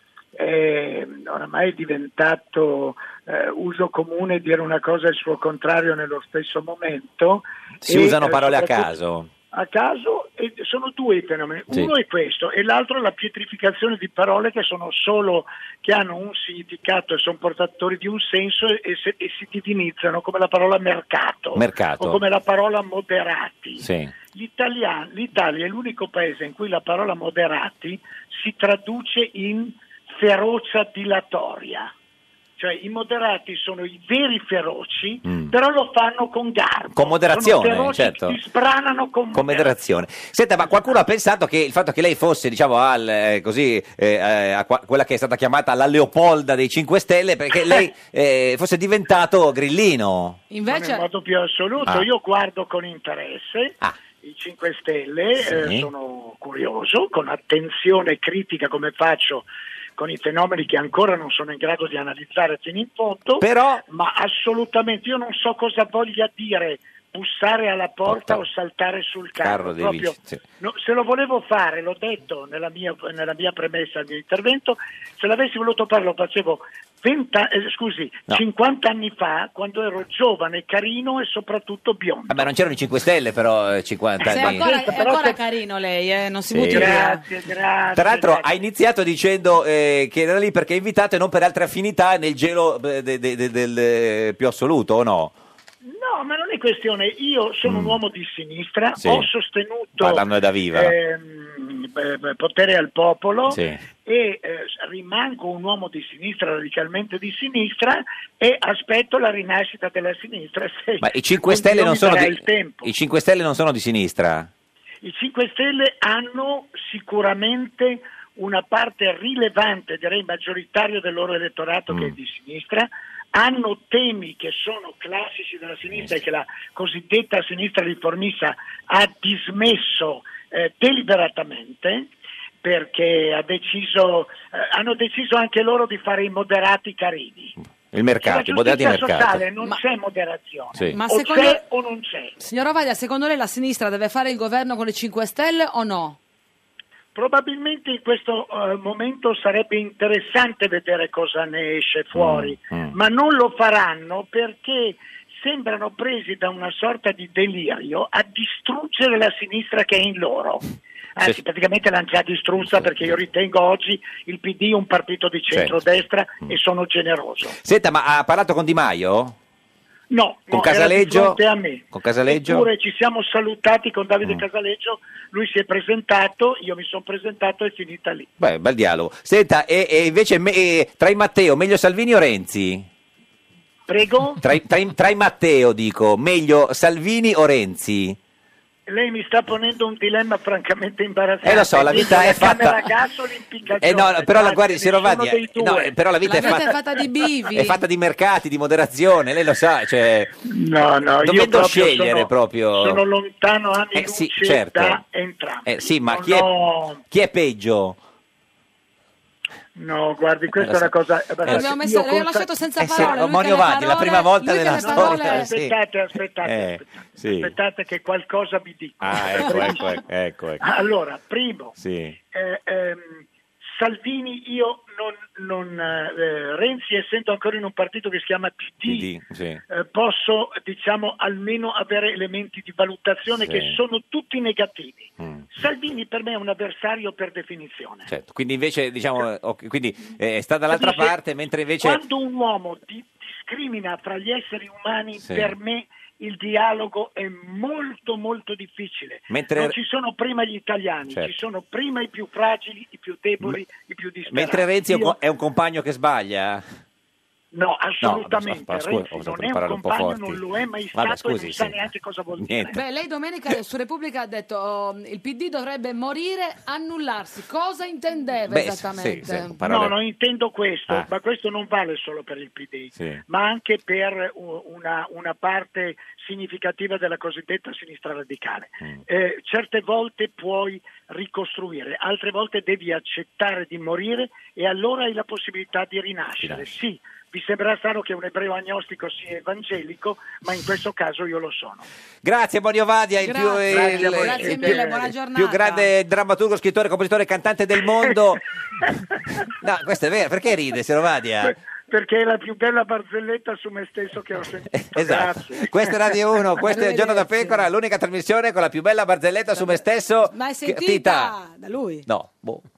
oramai è diventato uso comune dire una cosa e il suo contrario nello stesso momento. Si usano parole a caso. A caso, e sono due i fenomeni. Uno è questo, e l'altro è la pietrificazione di parole che hanno un significato e sono portatori di un senso e si divinizzano, come la parola mercato. O come la parola moderati. L'Italia è l'unico paese in cui la parola moderati si traduce in ferocia dilatoria. Cioè i moderati sono i veri feroci, però lo fanno con garbo. Con moderazione, sono feroci, certo. si sbranano con moderazione. Senta, ma qualcuno ha pensato che il fatto che lei fosse, diciamo, quella che è stata chiamata la Leopolda dei 5 Stelle, perché lei fosse diventato grillino? Invece, in modo più assoluto, io guardo con interesse i 5 Stelle, sono curioso, con attenzione critica, come faccio con i fenomeni che ancora non sono in grado di analizzare fino in fondo, ma assolutamente io non so cosa voglia dire bussare alla porta o saltare sul carro. Se lo volevo fare, l'ho detto nella mia premessa del mio intervento, se l'avessi voluto fare lo facevo 50 anni fa, quando ero giovane, carino e soprattutto biondo. Vabbè, non c'erano i 5 Stelle però 50 anni. È ancora carino lei, non si butti via. Grazie. Tra l'altro ha iniziato dicendo che era lì perché è invitato e non per altre affinità nel gelo del più assoluto, o no? No, ma non è questione. Io sono un uomo di sinistra, ho sostenuto parlando da viva potere al popolo e rimango un uomo di sinistra, radicalmente di sinistra, e aspetto la rinascita della sinistra. Ma i 5 Stelle non sono i 5 Stelle non sono di sinistra? I 5 Stelle hanno sicuramente una parte rilevante, direi maggioritaria del loro elettorato che è di sinistra. Hanno temi che sono classici della sinistra e che la cosiddetta sinistra riformista ha dismesso deliberatamente, perché hanno deciso anche loro di fare i moderati carini. Il mercato, i moderati mercato. Sociale non c'è moderazione, Ma o secondo c'è o non c'è. Signor Rovaglia, secondo lei la sinistra deve fare il governo con le 5 Stelle o no? Probabilmente in questo momento sarebbe interessante vedere cosa ne esce fuori, ma non lo faranno perché sembrano presi da una sorta di delirio a distruggere la sinistra che è in loro. Anzi, praticamente l'hanno già distrutta, perché io ritengo oggi il PD un partito di centrodestra e sono generoso. Senta, ma ha parlato con Di Maio? No, con Casaleggio? Era di fronte a me. Con Casaleggio? Eppure ci siamo salutati con Davide Casaleggio, lui si è presentato, io mi sono presentato e è finita lì. Beh, bel dialogo. Senta, e invece tra i Matteo, meglio Salvini o Renzi? Prego? Tra i Matteo, dico, meglio Salvini o Renzi? Lei mi sta ponendo un dilemma francamente imbarazzante. Lo so, la vita è fatta. No, però guardi, signor Rovaglia, però la vita è fatta di bivi. È fatta di mercati, di moderazione, lei lo sa, cioè. No, dovendo scegliere proprio. Sono lontano anni luce da entrambi. Sì, ma chi è peggio? No, guardi, questa è una cosa. L'abbiamo lasciato senza parole. Monio Vanni, la prima volta nella storia. Aspettate che qualcosa vi dico. Ecco. Allora, primo, Salvini, io Renzi, essendo ancora in un partito che si chiama PD, sì. Posso, diciamo, almeno avere elementi di valutazione che sono tutti negativi. Salvini per me è un avversario per definizione. Certo. Quindi invece, diciamo, sta dall'altra parte, mentre invece... Quando un uomo discrimina fra gli esseri umani, per me il dialogo è molto molto difficile. Non ci sono prima gli italiani, ci sono prima i più fragili, i più deboli, i più disperati. Mentre Renzi è un compagno che sbaglia? No, assolutamente. Renzi non è un compagno, non lo è mai stato e non sa neanche cosa vuol dire. Beh, lei domenica su Repubblica ha detto il PD dovrebbe morire, annullarsi. Cosa intendeva esattamente? No, non intendo questo, ma questo non vale solo per il PD, ma anche per una parte significativa della cosiddetta sinistra radicale. Certe volte puoi ricostruire, altre volte devi accettare di morire e allora hai la possibilità di rinascere. Sì, vi sembrerà strano che un ebreo agnostico sia evangelico, ma in questo caso io lo sono. Grazie Bonio Vadia, Grazie mille, buona giornata. Più grande drammaturgo, scrittore, compositore, cantante del mondo. No, questo è vero, perché ride, signor Vadia? Perché è la più bella barzelletta su me stesso che ho sentito. Esatto. Grazie. Questo è Radio 1, questo è Il Giorno da Pecora, l'unica trasmissione con la più bella barzelletta su me stesso. Ma hai sentita da lui? No,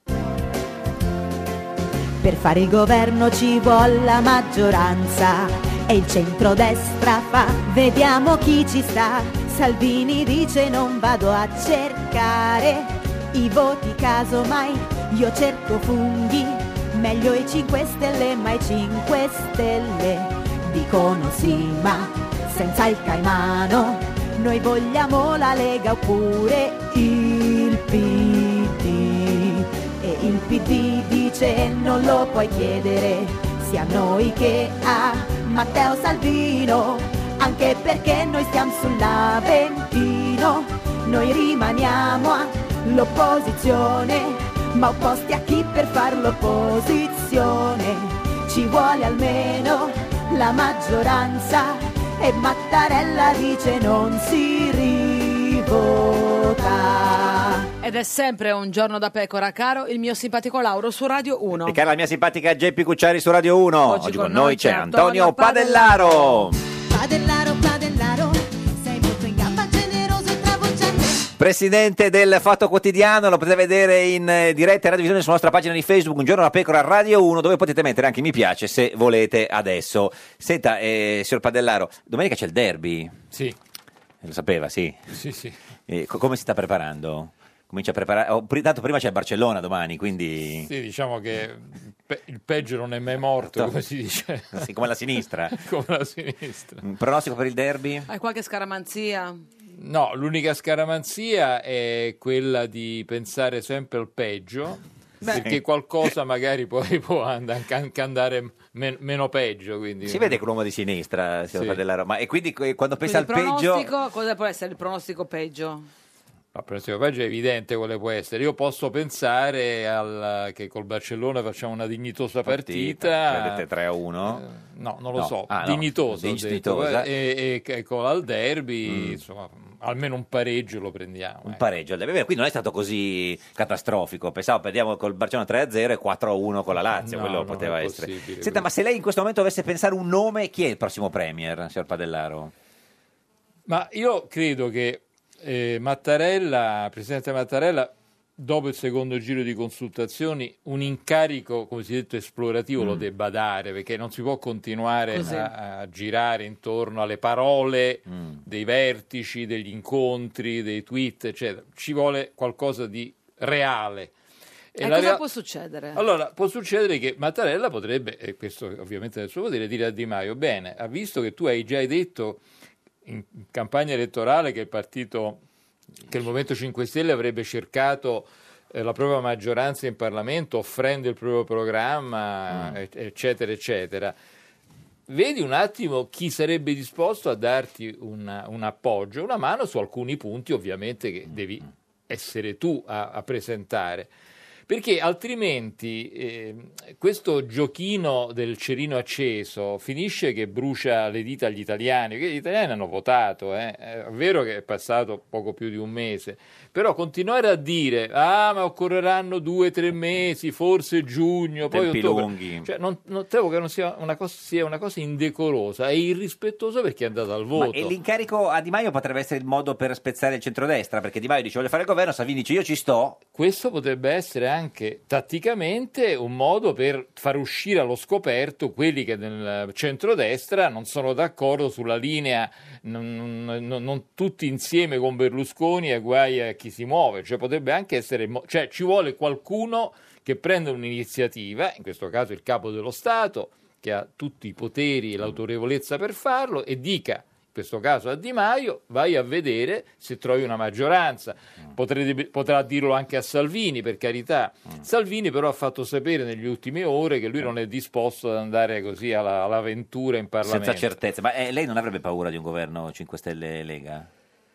Per fare il governo ci vuole la maggioranza e il centrodestra fa, vediamo chi ci sta. Salvini dice non vado a cercare i voti casomai, io cerco funghi, meglio i 5 Stelle, ma i 5 Stelle dicono sì, ma senza il Caimano, noi vogliamo la Lega oppure il PD. E il PD dice non lo puoi chiedere sia a noi che a Matteo Salvino, anche perché noi stiamo sull'Aventino, noi rimaniamo all'opposizione, ma opposti a chi per far l'opposizione ci vuole almeno la maggioranza e Mattarella dice non si rivota. Ed è sempre Un Giorno da Pecora, caro il mio simpatico Lauro su Radio 1. E cara la mia simpatica Geppi Cucciari su Radio 1. Oggi con noi c'è Antonio Padellaro. Padellaro, sei molto in gamba, generoso e travolgente. Presidente del Fatto Quotidiano, lo potete vedere in diretta e radiovisione sulla nostra pagina di Facebook Un Giorno da Pecora Radio 1, dove potete mettere anche mi piace se volete adesso. Senta, signor Padellaro, domenica c'è il derby? Sì. Lo sapeva, sì? Sì. Come si sta preparando? Comincia a preparare. Tanto prima c'è Barcellona domani, quindi. Sì, diciamo che il peggio non è mai morto, come si dice. Sì, come la sinistra. Come la sinistra. Un pronostico per il derby? Hai qualche scaramanzia? No, l'unica scaramanzia è quella di pensare sempre al peggio, perché qualcosa magari poi può anche andare meno peggio. Quindi. Si vede che è un uomo di sinistra, signor Padellaro, ma e quindi quando pensa al peggio. Cosa può essere il pronostico peggio? Il pronostico peggio è evidente quale può essere. Io posso pensare che col Barcellona facciamo una dignitosa partita. Vedete 3-1? No, non lo so. Dignitosa. E con al derby, insomma, almeno un pareggio lo prendiamo. Un pareggio al derby. Quindi non è stato così catastrofico. Pensavo perdiamo col Barcellona 3-0 e 4-1 con la Lazio. Quello poteva essere. Senta, ma se lei in questo momento dovesse pensare un nome, chi è il prossimo premier, signor Padellaro? Ma io credo che Presidente Mattarella, dopo il secondo giro di consultazioni, un incarico cosiddetto esplorativo lo debba dare, perché non si può continuare a girare intorno alle parole dei vertici, degli incontri, dei tweet, eccetera. Ci vuole qualcosa di reale. E cosa può succedere? Allora, può succedere che Mattarella potrebbe, e questo ovviamente è nel suo potere, dire a Di Maio: bene, ha visto che tu hai già detto in campagna elettorale che il Movimento 5 Stelle avrebbe cercato la propria maggioranza in Parlamento offrendo il proprio programma, eccetera, eccetera. Vedi un attimo chi sarebbe disposto a darti un appoggio, una mano su alcuni punti, ovviamente, che devi essere tu a presentare. perché altrimenti questo giochino del cerino acceso finisce che brucia le dita agli italiani, perché gli italiani hanno votato, è vero che è passato poco più di un mese, però continuare a dire ma occorreranno 2-3 mesi, forse giugno, poi tempi ottobre, lunghi. cioè, non trovo che non sia una cosa indecorosa e irrispettosa per chi è andato al voto. E l'incarico a Di Maio potrebbe essere il modo per spezzare il centrodestra, perché Di Maio dice voglio fare il governo, Salvini dice io ci sto. Questo potrebbe essere anche tatticamente un modo per far uscire allo scoperto quelli che nel centrodestra non sono d'accordo sulla linea, non tutti insieme con Berlusconi e guai a chi si muove, cioè potrebbe anche essere, cioè ci vuole qualcuno che prenda un'iniziativa, in questo caso il capo dello Stato, che ha tutti i poteri e l'autorevolezza per farlo, e dica, in questo caso a Di Maio, vai a vedere se trovi una maggioranza. Potrà dirlo anche a Salvini, per carità. Salvini però ha fatto sapere negli ultime ore che lui non è disposto ad andare così all'avventura in Parlamento. Senza certezza. Ma lei non avrebbe paura di un governo 5 Stelle Lega?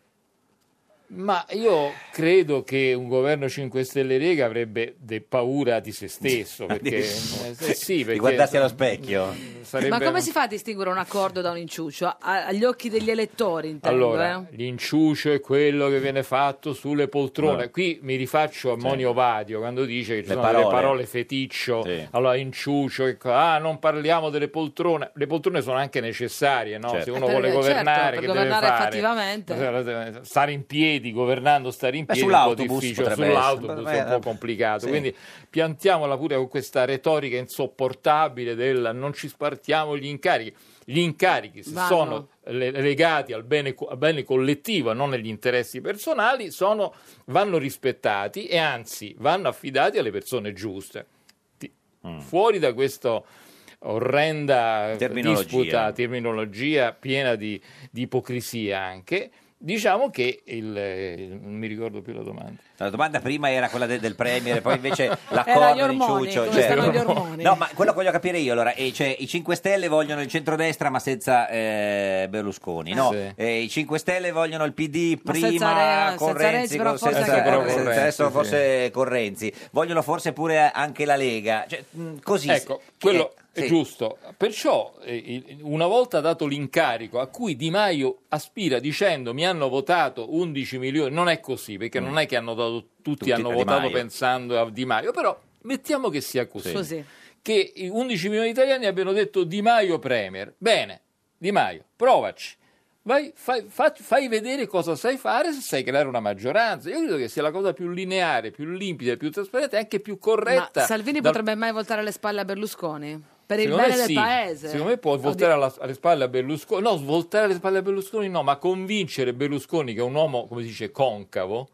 Ma io credo che un governo 5 Stelle Lega avrebbe paura di se stesso, perché, di guardarsi allo specchio. Ma come si fa a distinguere un accordo da un inciucio? Agli occhi degli elettori, intendo. Allora, l'inciucio è quello che viene fatto sulle poltrone. Qui mi rifaccio a Moni Ovadio quando dice che ci sono le parole feticcio, allora inciucio, non parliamo delle poltrone. Le poltrone sono anche necessarie, no? Se uno vuole governare, che deve fare? Effettivamente. Stare in piedi, governando, stare in piedi è un po' difficile, sull'autobus è un po' complicato, quindi piantiamola pure con questa retorica insopportabile del non ci spartiamo gli incarichi se sono legati al bene collettivo e non agli interessi personali vanno rispettati e anzi vanno affidati alle persone giuste. Fuori da questo orrenda terminologia piena di ipocrisia anche. Diciamo che non mi ricordo più la domanda. La domanda prima era quella del Premier, poi invece l'accordo di Ciuccio. No, ma quello che voglio capire io, allora, cioè, i 5 Stelle vogliono il centrodestra ma senza Berlusconi, no? I 5 Stelle vogliono il PD prima con Renzi, adesso forse con Renzi. Vogliono forse pure anche la Lega. Cioè, così. Ecco, quello è giusto. Perciò, una volta dato l'incarico a cui Di Maio aspira dicendo mi hanno votato 11 milioni, non è così, perché non è che tutti hanno votato pensando a Di Maio, però mettiamo che sia così. Che 11 milioni di italiani abbiano detto Di Maio premier. Bene, Di Maio, provaci. Fai vedere cosa sai fare se sai creare una maggioranza. Io credo che sia la cosa più lineare, più limpida, più trasparente e anche più corretta. Ma Salvini potrebbe mai voltare alle spalle a Berlusconi? Per il bene del paese? Secondo me può voltare alle spalle a Berlusconi. No, voltare alle spalle a Berlusconi no, ma convincere Berlusconi, che è un uomo, come si dice, concavo.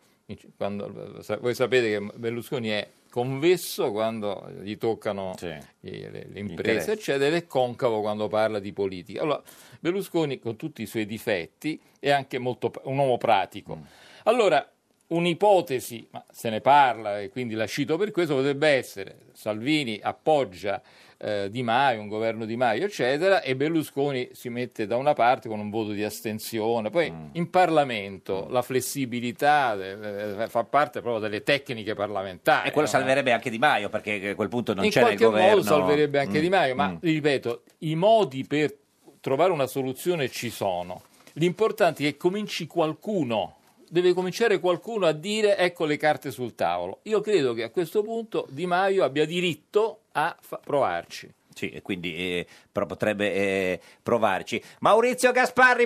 Voi sapete che Berlusconi è convesso quando gli toccano le imprese, eccetera, e concavo quando parla di politica. Allora, Berlusconi, con tutti i suoi difetti, è anche un uomo pratico. Allora, un'ipotesi, ma se ne parla e quindi la cito per questo, potrebbe essere Salvini appoggia Di Maio, un governo Di Maio, eccetera, e Berlusconi si mette da una parte con un voto di astensione. Poi in Parlamento la flessibilità fa parte proprio delle tecniche parlamentari. E quello salverebbe anche Di Maio, perché a quel punto non c'è nel governo. In qualche modo salverebbe anche Di Maio, ma ripeto, i modi per trovare una soluzione ci sono. L'importante è che cominci qualcuno. Deve cominciare qualcuno a dire ecco le carte sul tavolo. Io credo che a questo punto Di Maio abbia diritto a provarci. Sì, e quindi potrebbe provarci. Maurizio Gasparri,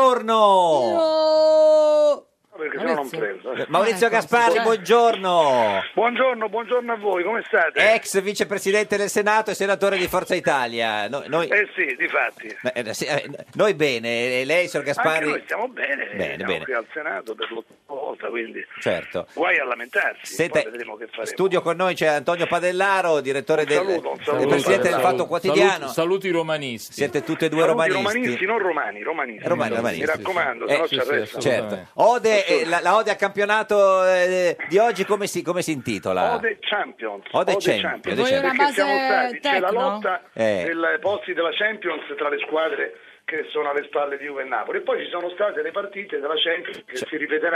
buongiorno! Perché se no non prendo. Maurizio Gasparri, buongiorno. Buongiorno a voi, come state? Ex vicepresidente del Senato e senatore di Forza Italia. Sì, difatti. Noi bene, lei, signor Gasparri? Anche noi stiamo bene, siamo qui al Senato per l'8ª volta, quindi certo. Guai a lamentarsi. Senta, poi vedremo che faremo. Studio con noi c'è Antonio Padellaro, direttore del presidente del Fatto Quotidiano. Saluti romanisti. Siete tutti e due romanisti. Romanisti, non romanisti. Romanisti. Mi raccomando, se no ci arrestano. Certo. La ode a campionato di oggi come si intitola? Ode Champions. Perché siamo stati, c'è la lotta dei posti della Champions tra le squadre che sono alle spalle di Juve e Napoli, e poi ci sono state le partite della Champions che si ripeteranno,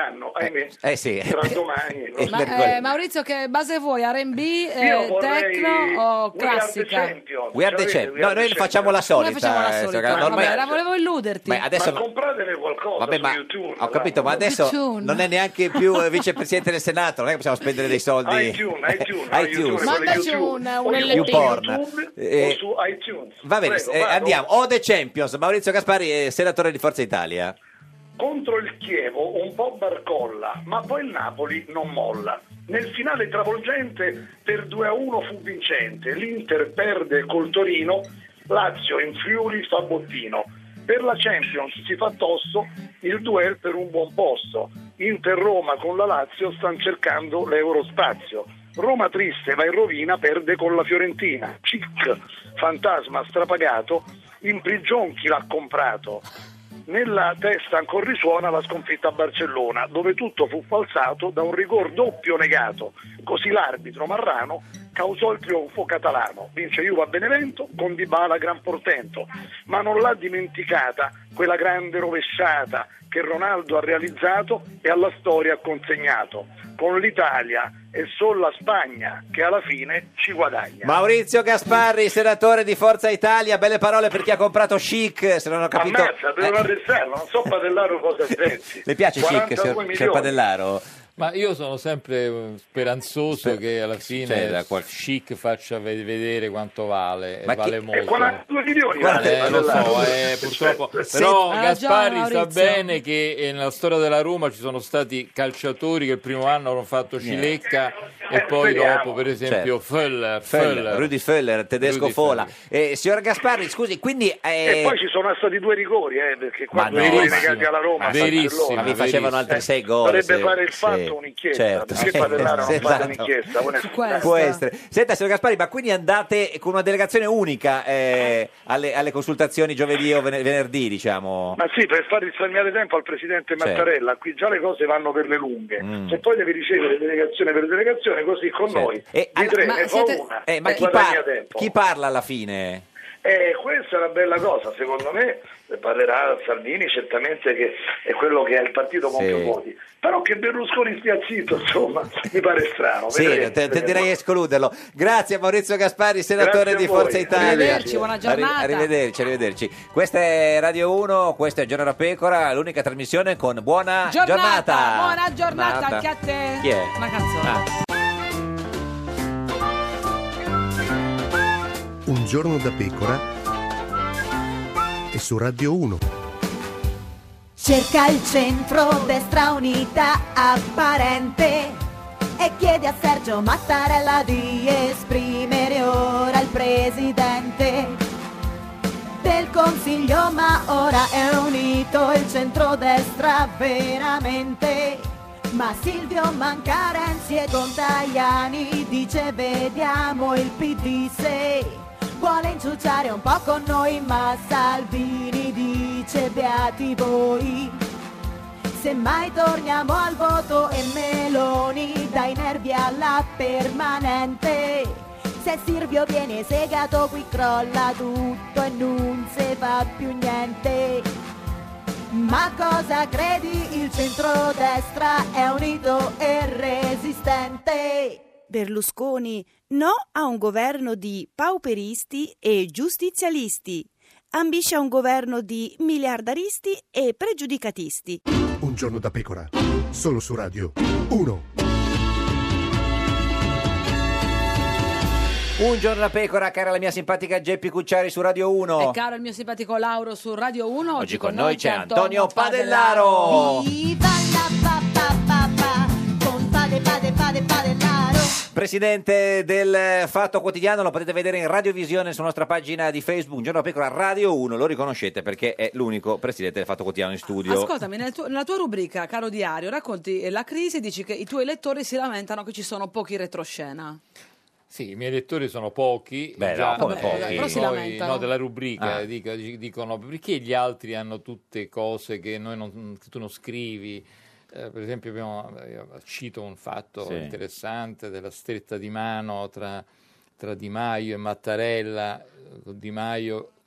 Eh sì. tra domani. Ma, Maurizio, che base vuoi? R&B, techno o classica? We are the champion. No, noi facciamo la solita. Vabbè, volevo illuderti. Adesso Ma compratene qualcosa su YouTube. Ho capito, ma adesso YouTube. non è neanche più vicepresidente del Senato, non è che possiamo spendere dei soldi. iTunes. Mandaci un LP. YouPorn. o su iTunes. Va bene, Prego, vado. andiamo. O The Champions, Maurizio Gasparri, senatore di Forza Italia. Contro il Chievo un po' barcolla, ma poi il Napoli non molla. Nel finale travolgente per 2-1 fu vincente. L'Inter perde col Torino, Lazio in Friuli fa bottino. Per la Champions si fa tosto il duel per un buon posto. Inter-Roma con la Lazio stanno cercando l'Eurospazio. Roma triste va in rovina, perde con la Fiorentina. Cic, fantasma strapagato, in prigione chi l'ha comprato. Nella testa ancora risuona la sconfitta a Barcellona, dove tutto fu falsato da un rigor doppio negato. Così l'arbitro Marrano causò il trionfo catalano. Vince Juve a Benevento con Dybala gran portento, ma non l'ha dimenticata quella grande rovesciata che Ronaldo ha realizzato e alla storia ha consegnato. Con l'Italia è solo la Spagna che alla fine ci guadagna. Maurizio Gasparri, senatore di Forza Italia, belle parole per chi ha comprato Chic, se non ho capito. Ammazza, devo arrestarlo, non so Padellaro cosa pensi. Le piace Chic, signor Padellaro? Ma io sono sempre speranzoso che alla fine Chic faccia vedere quanto vale, e vale molto. 42 milioni lo so, purtroppo. Però Gasparri sa bene che nella storia della Roma ci sono stati calciatori che il primo anno hanno fatto cilecca e poi dopo, per esempio, Rudi Völler, tedesco Fola. Signor Gasparri, scusi, quindi... E poi ci sono stati 2 rigori, perché qua 2 rigori negati alla Roma. Ma mi facevano altri 6 gol. Dovrebbe fare il fatto un'inchiesta, perché Padellaro non fa un'inchiesta. Può essere. Senta, signor Gasparri, ma quindi andate con una delegazione unica alle consultazioni giovedì o venerdì, diciamo? Ma sì, per far risparmiare tempo al presidente Mattarella, qui già le cose vanno per le lunghe, se poi deve ricevere delegazione per delegazione, così con noi di 3 ne fa una e guadagna tempo. Chi parla alla fine? Questa è una bella cosa, secondo me parlerà Salvini, certamente, che è quello che ha il partito con più voti, però che Berlusconi stia zitto, insomma, mi pare strano. Direi escluderlo. Grazie a Maurizio Gasparri, senatore di Forza Italia. Arrivederci, buona giornata. Arrivederci. Questa è Radio 1, questo è Giorno da Pecora, l'unica trasmissione con buona giornata. Buona giornata anche a te. Chi è? Una canzone. Un giorno da pecora e su Radio 1. Cerca il centro-destra unità apparente e chiede a Sergio Mattarella di esprimere ora il presidente del Consiglio, ma ora è unito il centro-destra veramente. Ma Silvio manca Renzi e con Tajani dice vediamo il PD se vuole inciucciare un po' con noi, ma Salvini dice beati voi. Se mai torniamo al voto e Meloni dai nervi alla permanente. Se Silvio viene segato qui crolla tutto e non se fa più niente. Ma cosa credi? Il centrodestra è unito e resistente. Berlusconi no a un governo di pauperisti e giustizialisti. Ambisce a un governo di miliardaristi e pregiudicatisti. Un giorno da pecora, solo su Radio 1. Un giorno da pecora, cara la mia simpatica Geppi Cucciari su Radio 1. E caro il mio simpatico Lauro su Radio 1. Oggi con noi c'è Antonio Padellaro. Viva la con Padellaro. Presidente del Fatto Quotidiano, lo potete vedere in radiovisione sulla nostra pagina di Facebook, Un giorno da pecora Radio 1, lo riconoscete perché è l'unico presidente del Fatto Quotidiano in studio. Ascoltami, nella tua rubrica, caro diario, racconti la crisi, dici che i tuoi lettori si lamentano che ci sono pochi retroscena. Sì, i miei lettori sono pochi. Pochi. Però si lamentano. No, della rubrica dicono perché gli altri hanno tutte cose che che tu non scrivi. Per esempio cito un fatto interessante della stretta di mano tra Di Maio e Mattarella.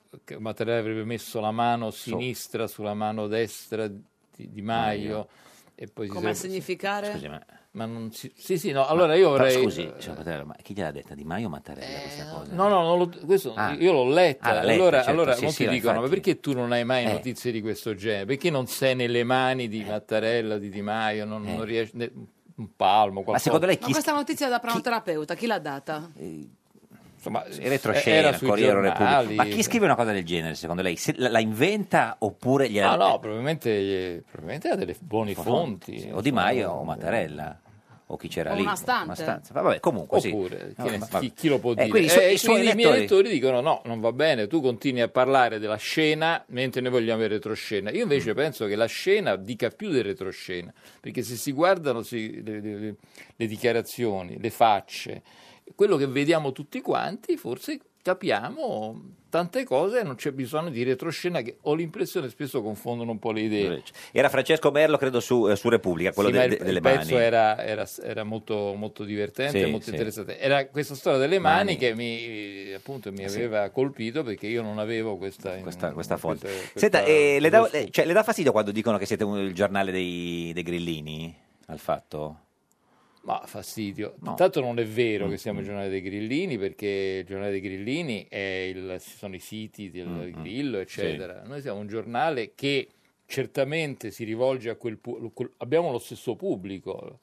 Mattarella avrebbe messo la mano sinistra sulla mano destra di Maio. E poi Come a significare? Scusi, ma non sì, no, allora io vorrei... Scusi, signor Patella, ma chi gliel'ha detta? Di Maio o Mattarella questa cosa? No, io l'ho letta. l'ha letta, certo, allora sì, molti sì, dicono, infatti. ma perché tu non hai mai notizie di questo genere? Perché non sei nelle mani di Mattarella, di Di Maio, non riesci... un palmo, qualcosa. Ma secondo lei Ma questa notizia da pranoterapeuta, chi l'ha data? Insomma, retroscena, era sui Corriere della giornali. Repubblica. Ma chi scrive una cosa del genere, secondo lei? La inventa oppure gliela... No, probabilmente ha delle buone fonti. Sì, o Di Maio o Mattarella. O chi c'era O lì. una stante. Vabbè, comunque Oppure, sì. chi lo può dire? Quindi i suoi I miei lettori dicono no, non va bene, tu continui a parlare della scena mentre noi vogliamo retroscena. Io invece penso che la scena dica più di retroscena, perché se si guardano le dichiarazioni, le facce, quello che vediamo tutti quanti, forse capiamo tante cose e non c'è bisogno di retroscena, che ho l'impressione spesso confondono un po' le idee. Era Francesco Merlo, credo, su Repubblica, quello Sì, delle il mani. pezzo era molto, molto divertente, Sì, molto sì. interessante. Era questa storia delle mani che mi aveva colpito, perché io non avevo questa fonte. Senta, le dà fastidio quando dicono che siete il giornale dei grillini? Al Fatto? Ma fastidio. No. Intanto non è vero che siamo il giornale dei grillini, perché il giornale dei grillini ci sono i siti del Grillo, eccetera. Noi siamo un giornale che certamente si rivolge a abbiamo lo stesso pubblico,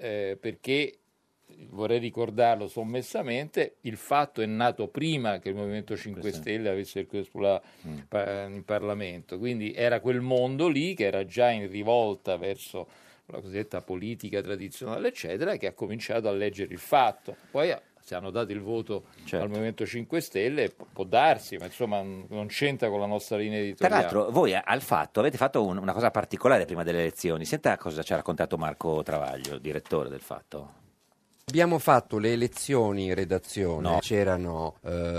perché vorrei ricordarlo sommessamente, il Fatto è nato prima che il Movimento 5 Stelle avesse il in Parlamento, quindi era quel mondo lì che era già in rivolta verso la cosiddetta politica tradizionale, eccetera, che ha cominciato a leggere il Fatto. Poi se hanno dato il voto al Movimento 5 Stelle, può darsi, ma insomma non c'entra con la nostra linea Tra editoriale. l'altro, voi al Fatto avete fatto una cosa particolare prima delle elezioni. Senta cosa ci ha raccontato Marco Travaglio, direttore del Fatto. Abbiamo fatto le elezioni in redazione, c'erano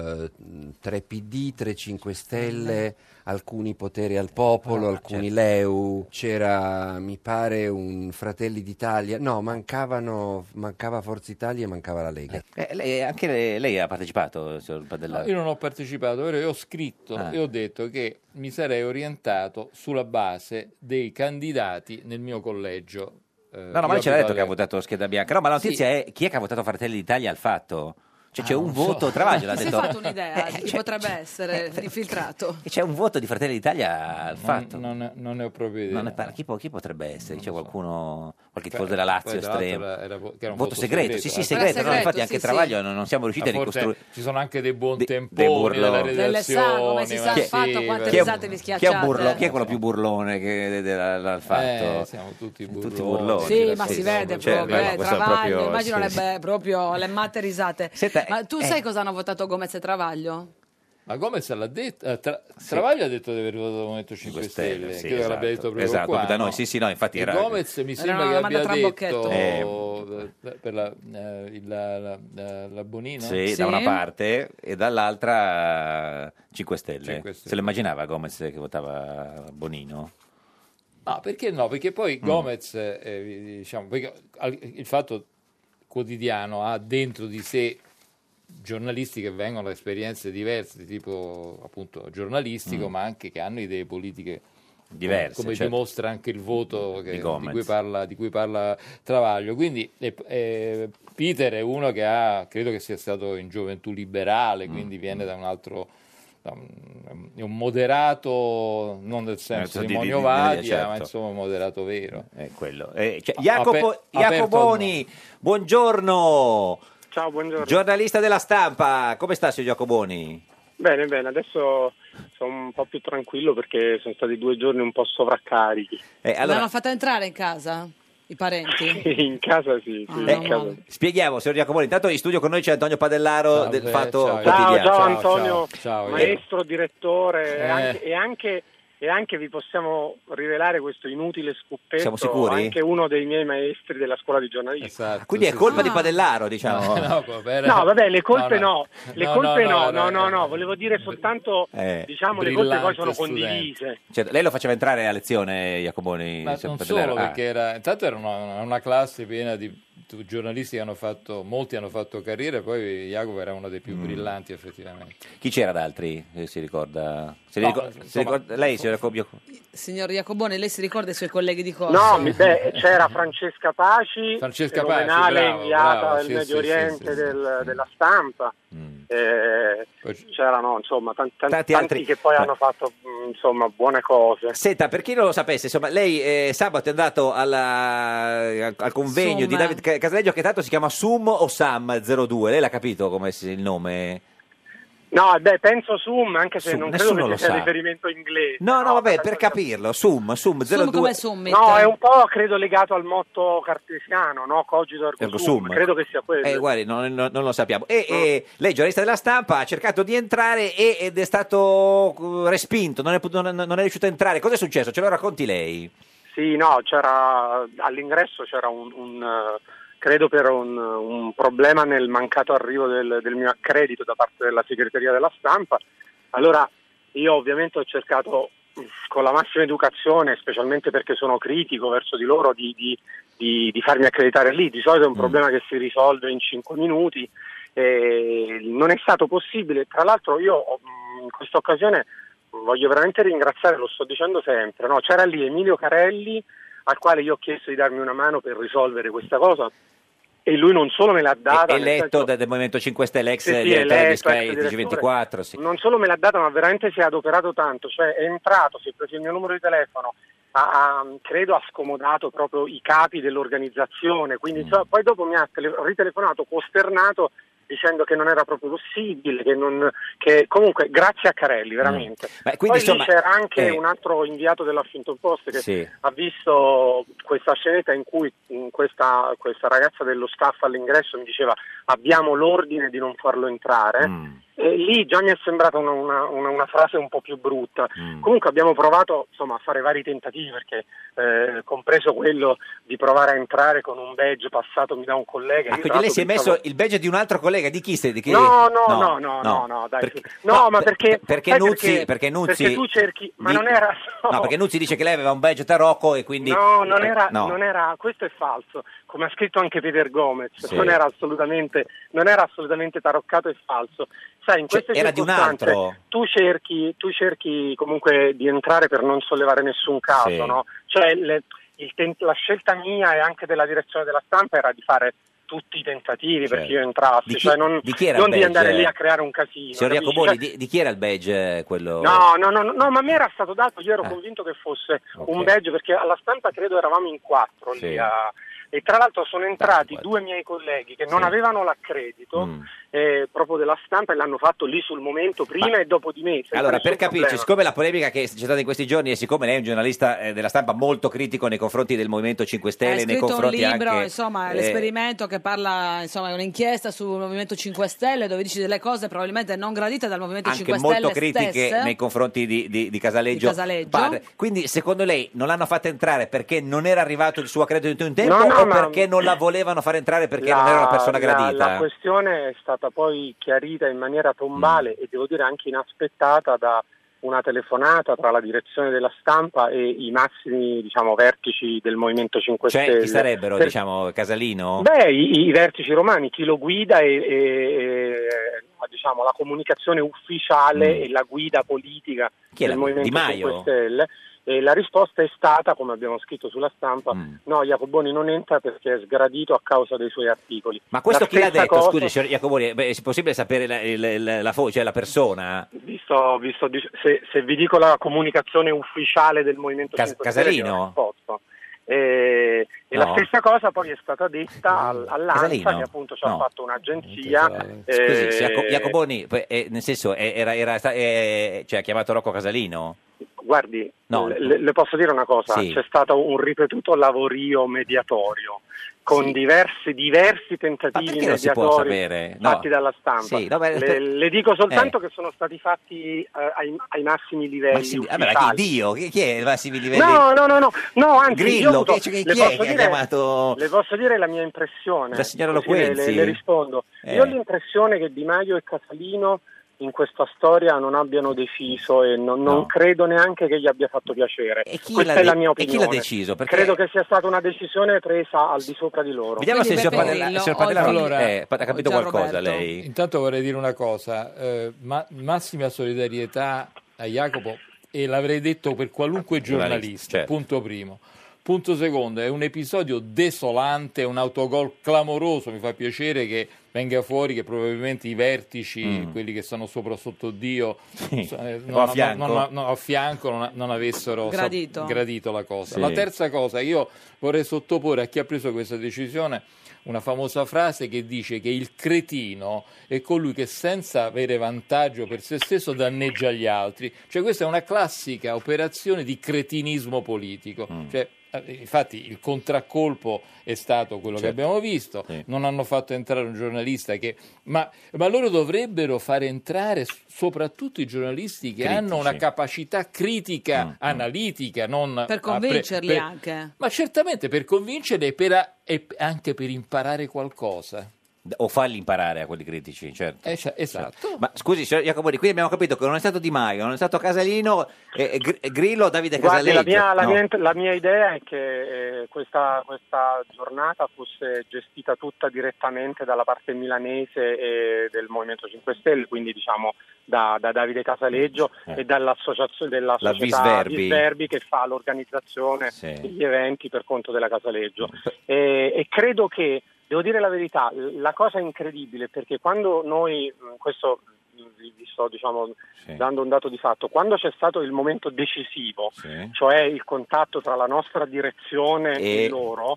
3 PD, 3 5 Stelle, alcuni Potere al Popolo, alcuni Leu, c'era mi pare un Fratelli d'Italia, no, mancava Forza Italia e mancava la Lega. Lei ha partecipato, signor Padellaro? No, io non ho partecipato, però io ho scritto e ho detto che mi sarei orientato sulla base dei candidati nel mio collegio. No, ma lei ce l'ha detto che ha votato scheda bianca. No, ma la notizia è chi è che ha votato Fratelli d'Italia al Fatto? Cioè c'è un voto, Travaglio l'ha Si è detto. fatto un'idea di chi potrebbe essere infiltrato. C'è un voto di Fratelli d'Italia al Fatto. Non ne ho proprio idea. Chi potrebbe essere? C'è qualcuno, qualche tifoso della Lazio estremo? Che era un voto segreto, sì, segreto. No, infatti anche sì, Travaglio non siamo riusciti a ricostruire. Ci sono anche dei buontemponi nella redazione. Come si sa, il Fatto, quante risate vi Chi è schiacciate. Chi è quello più burlone al Fatto? Siamo tutti burloni. Sì, ma si vede proprio, Travaglio, immagino le matte risate. Senta, ma tu sai cosa hanno votato Gomez e Travaglio? Ma Gomez l'ha detto, Travaglio ha detto di aver votato il Movimento 5 Stelle, sì, credo che l'abbia detto proprio esatto, qua. da noi, sì, no, infatti era... Gomez mi sembra che abbia detto per la Bonino? Sì, da una parte e dall'altra 5 Stelle. Se lo immaginava Gomez che votava Bonino? No, perché no? Perché poi Gomez, perché il Fatto Quotidiano ha dentro di sé giornalisti che vengono da esperienze diverse di tipo appunto giornalistico, ma anche che hanno idee politiche diverse, come dimostra anche il voto di cui parla Travaglio. Quindi Peter è uno che credo che sia stato in gioventù liberale, quindi viene da un altro, è un moderato, non nel senso di Monio Vadia, ma insomma un moderato vero. È quello. Jacoboni, buongiorno. Ciao, buongiorno. Giornalista della Stampa, come sta signor Jacoboni? Bene, adesso sono un po' più tranquillo perché sono stati 2 giorni un po' sovraccarichi. L'hanno fatta entrare in casa? I parenti? In casa sì. In casa. Spieghiamo, signor Jacoboni, intanto in studio con noi c'è Antonio Padellaro del Fatto Quotidiano. Ciao Antonio, ciao. maestro, direttore e anche vi possiamo rivelare questo inutile scuppetto. Siamo sicuri? Anche uno dei miei maestri della scuola di giornalismo. Esatto, quindi è colpa di Padellaro, diciamo. No, vabbè, le colpe no. Volevo dire soltanto, diciamo, le colpe poi sono condivise. Cioè, lei lo faceva entrare a lezione, Jacoboni? Ma non solo, perché intanto era una classe piena di giornalisti che molti hanno fatto carriera, poi Jacopo era uno dei più brillanti effettivamente. Chi c'era d'altri? Si ricorda? Lei, signor Jacobo? Signor Jacoboni, lei si ricorda i suoi colleghi di corso? No, c'era Francesca Paci, fenomenale, bravo, inviata bravo, del Medio Oriente della Stampa. C'erano insomma tanti altri che poi hanno fatto insomma buone cose. Senta, per chi non lo sapesse, insomma, lei sabato è andato al convegno di David Casaleggio, che tanto si chiama Sum o Sam 02, lei l'ha capito come il nome? No, penso Sum, anche se non credo nessuno che sia sa. riferimento inglese. No, vabbè, per capirlo, Sum 02. come Summit? No, è un po' credo legato al motto cartesiano, no? Cogito ergo sum. Credo che sia quello. Guardi, non lo sappiamo. E lei, giornalista della Stampa, ha cercato di entrare ed è stato respinto, non è riuscito a entrare. Cosa è successo? Ce lo racconti lei? Sì, no, all'ingresso c'era credo per un problema nel mancato arrivo del mio accredito da parte della segreteria della Stampa. Allora io ovviamente ho cercato con la massima educazione, specialmente perché sono critico verso di loro, di farmi accreditare lì. Di solito è un problema che si risolve in 5 minuti, non è stato possibile. Tra l'altro io in questa occasione voglio veramente ringraziare, lo sto dicendo sempre, no? C'era lì Emilio Carelli, al quale io ho chiesto di darmi una mano per risolvere questa cosa, e lui non solo me l'ha data, eletto del Movimento 5 Stelle, ex direttore di Sky TG24, sì. Non solo me l'ha data, ma veramente si è adoperato tanto, cioè è entrato, si è preso il mio numero di telefono, credo ha scomodato proprio i capi dell'organizzazione, quindi poi dopo mi ha ritelefonato costernato dicendo che non era proprio possibile, che comunque grazie a Carelli veramente. Poi lì c'era anche un altro inviato dell'Huffington Post che ha visto questa scenetta in cui questa ragazza dello staff all'ingresso mi diceva abbiamo l'ordine di non farlo entrare. E lì già mi è sembrata una frase un po' più brutta. Comunque abbiamo provato insomma a fare vari tentativi, perché compreso quello di provare a entrare con un badge passatomi da un collega. Quindi lei si è messo il badge di un altro collega, di chi sei? No, dai. Perché Nuzzi perché tu cerchi, ma non era no, perché Nuzzi dice che lei aveva un badge tarocco e quindi non era, questo è falso, come ha scritto anche Peter Gomez, non era assolutamente taroccato e falso. Sai, in queste era di un altro. Tu cerchi comunque di entrare per non sollevare nessun caso, no? Cioè la scelta mia e anche della direzione della Stampa era di fare tutti i tentativi perché io entrassi, non di andare lì a creare un casino. Signor Jacoboni, di chi era il badge quello? No, ma mi era stato dato, io ero convinto che fosse un badge, perché alla Stampa credo eravamo in 4 lì e tra l'altro sono entrati 2 miei colleghi che non avevano l'accredito proprio della Stampa e l'hanno fatto lì sul momento, prima e dopo di me. Allora, per capirci, siccome la polemica che c'è stata in questi giorni e siccome lei è un giornalista della Stampa molto critico nei confronti del Movimento 5 Stelle, nei confronti un libro, anche insomma, l'esperimento che parla, insomma, è un'inchiesta sul Movimento 5 Stelle dove dici delle cose probabilmente non gradite dal Movimento anche 5 Stelle molto critiche stesse, nei confronti di Casaleggio. Padre. Quindi secondo lei non l'hanno fatta entrare perché non era arrivato il suo accredito in tempo o perché non la volevano fare entrare perché non era una persona gradita? La questione è stata poi chiarita in maniera tombale e devo dire anche inaspettata da una telefonata tra la direzione della Stampa e i massimi, diciamo, vertici del Movimento 5 Stelle. Cioè chi sarebbero, diciamo, Casalino? I vertici romani, chi lo guida e diciamo la comunicazione ufficiale e la guida politica del Movimento Di Maio? 5 Stelle. E la risposta è stata, come abbiamo scritto sulla Stampa, no, Jacoboni non entra perché è sgradito a causa dei suoi articoli. Ma questo chi l'ha detto? Scusi, signor Jacoboni, è possibile sapere la voce, la persona? Visto se vi dico la comunicazione ufficiale del Movimento 5 Stelle, Casalino? E la stessa cosa poi è stata detta all'ANSA, che appunto ci ha fatto un'agenzia. Scusi, Jacoboni, nel senso, ha chiamato Rocco Casalino? Guardi, le posso dire una cosa, c'è stato un ripetuto lavorio mediatorio con diversi tentativi mediatori fatti dalla Stampa. Le dico soltanto che sono stati fatti ai massimi livelli ufficiali. Dio? Chi è ai massimi livelli? No, anzi, Grillo, chi è che ha chiamato? Le posso dire la mia impressione. La signora Loquenzi? Le rispondo. Io ho l'impressione che Di Maio e Casalino in questa storia non abbiano deciso e non credo neanche che gli abbia fatto piacere. Questa è la mia opinione. E chi l'ha deciso? Perché... Credo che sia stata una decisione presa al di sopra di loro. Vediamo se il signor Padellaro ha capito qualcosa lei. Intanto vorrei dire una cosa, massima solidarietà a Jacopo, e l'avrei detto per qualunque giornalista, certo. Punto primo. Punto secondo, è un episodio desolante, un autogol clamoroso, mi fa piacere che venga fuori che probabilmente i vertici, quelli che stanno sopra sotto Dio, a fianco non avessero gradito la cosa. Sì. La terza cosa, io vorrei sottoporre a chi ha preso questa decisione una famosa frase che dice che il cretino è colui che senza avere vantaggio per se stesso danneggia gli altri. Cioè questa è una classica operazione di cretinismo politico. Cioè, infatti il contraccolpo è stato quello che abbiamo visto, non hanno fatto entrare un giornalista ma loro dovrebbero fare entrare soprattutto i giornalisti che hanno una capacità critica, analitica, non per convincerli anche. Ma certamente per convincerli e anche per imparare qualcosa. O farli imparare a quelli critici, certo. Esatto. Ma scusi, signor Jacoboni, qui abbiamo capito che non è stato Di Maio, non è stato Casalino, Grillo, Davide Casaleggio. La mia idea è che questa giornata fosse gestita tutta direttamente dalla parte milanese e del Movimento 5 Stelle, quindi diciamo da Davide Casaleggio e dall'associazione della società Visverbi che fa l'organizzazione degli eventi per conto della Casaleggio. E credo che, devo dire la verità, la cosa incredibile, perché quando noi, questo vi sto dando un dato di fatto, quando c'è stato il momento decisivo, cioè il contatto tra la nostra direzione e loro.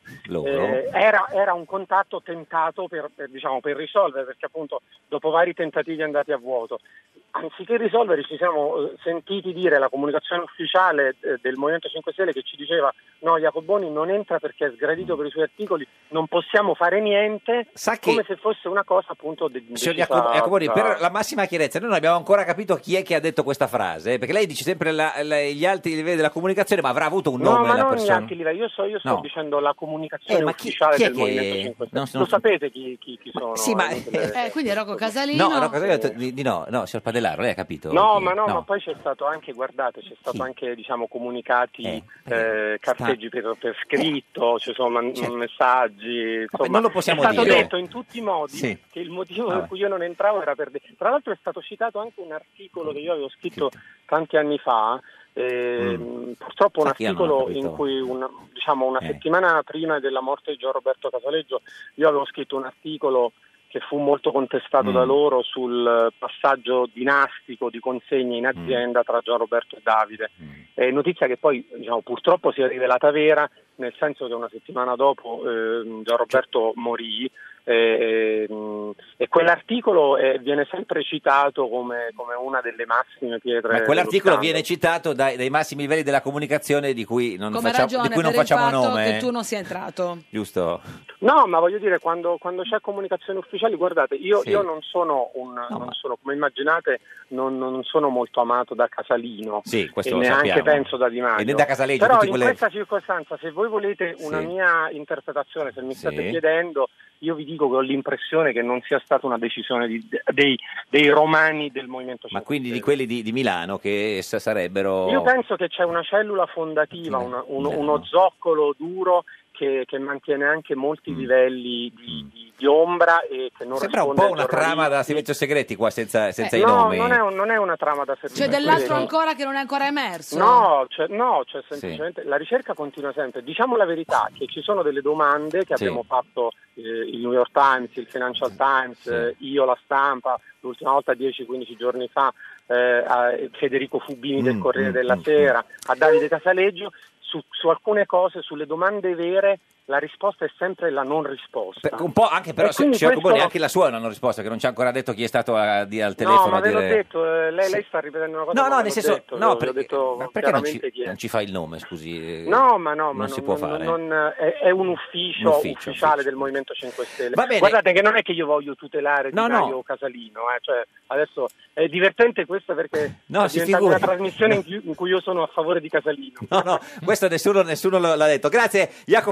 Era un contatto tentato per risolvere, perché appunto dopo vari tentativi andati a vuoto, anziché risolvere ci siamo sentiti dire la comunicazione ufficiale del Movimento 5 Stelle che ci diceva no, Jacoboni non entra perché è sgradito per i suoi articoli, non possiamo fare niente, come se fosse una cosa appunto Signor Jacoboni, per la massima chiarezza, noi non abbiamo ancora capito chi è che ha detto questa frase, perché lei dice sempre gli alti livelli della comunicazione, ma avrà avuto un nome la persona? No, ma non gli alti livelli, io sto dicendo la comunicazione ufficiale del Movimento 5 Stelle. Lo sapete chi sono? Sì, ma... quindi Rocco Casalino? No, Rocco Casalino ha detto no, signor Padellaro, lei ha capito? Ma poi c'è stato anche, guardate, anche comunicati, carteggi per scritto, ci sono messaggi, insomma, non lo possiamo dire. È stato dire. detto in tutti i modi che il motivo per cui io non entravo era per... Tra l'altro è stato citato anche un articolo che io avevo scritto tanti anni fa, purtroppo un articolo in cui una settimana prima della morte di Gian Roberto Casaleggio io avevo scritto un articolo che fu molto contestato da loro sul passaggio dinastico di consegne in azienda tra Gian Roberto e Davide. Notizia che poi purtroppo si è rivelata vera, nel senso che una settimana dopo Gian Roberto morì, e quell'articolo viene sempre citato come una delle massime pietre. Ma quell'articolo viene citato dai massimi livelli della comunicazione di cui non facciamo nome. Che tu non sia entrato. Giusto? No, ma voglio dire, quando c'è comunicazione ufficiale, guardate, io non sono come immaginate, non sono molto amato da Casalino, questo e neanche penso da Di Maio. E né da Casaleggio, però in questa circostanza, se voi volete una mia interpretazione, se mi state chiedendo, io vi dico che ho l'impressione che non sia stata una decisione dei romani del Movimento 5 Stelle. Ma quindi di quelli di Milano che sarebbero... Io penso che c'è una cellula fondativa, uno zoccolo duro che mantiene anche molti livelli di ombra e che non sembra un po' una trama da servizio segreti qua senza i nomi. Non è una trama da servizio segreti. C'è dell'altro ancora che non è ancora emerso? No, c'è semplicemente la ricerca continua sempre. Diciamo la verità, che ci sono delle domande che abbiamo fatto il New York Times, il Financial Times, io, La Stampa, l'ultima volta 10-15 giorni fa, a Federico Fubini del Corriere della Sera, a Davide Casaleggio, su alcune cose, sulle domande vere, la risposta è sempre la non risposta. Un po' anche però, anche la sua è una non risposta, che non ci ha ancora detto chi è stato al telefono. No, ma ve l'ho detto, lei sta ripetendo una cosa. No, nel senso, perché non ci fa il nome, scusi? No, ma non si può fare. È un ufficio ufficiale del Movimento 5 Stelle. Guardate che non è che io voglio tutelare Di Maio o Casalino, cioè adesso è divertente questo perché è diventata una trasmissione in cui io sono a favore di Casalino. No, questo nessuno l'ha detto. Grazie Jacopo Jacoboni.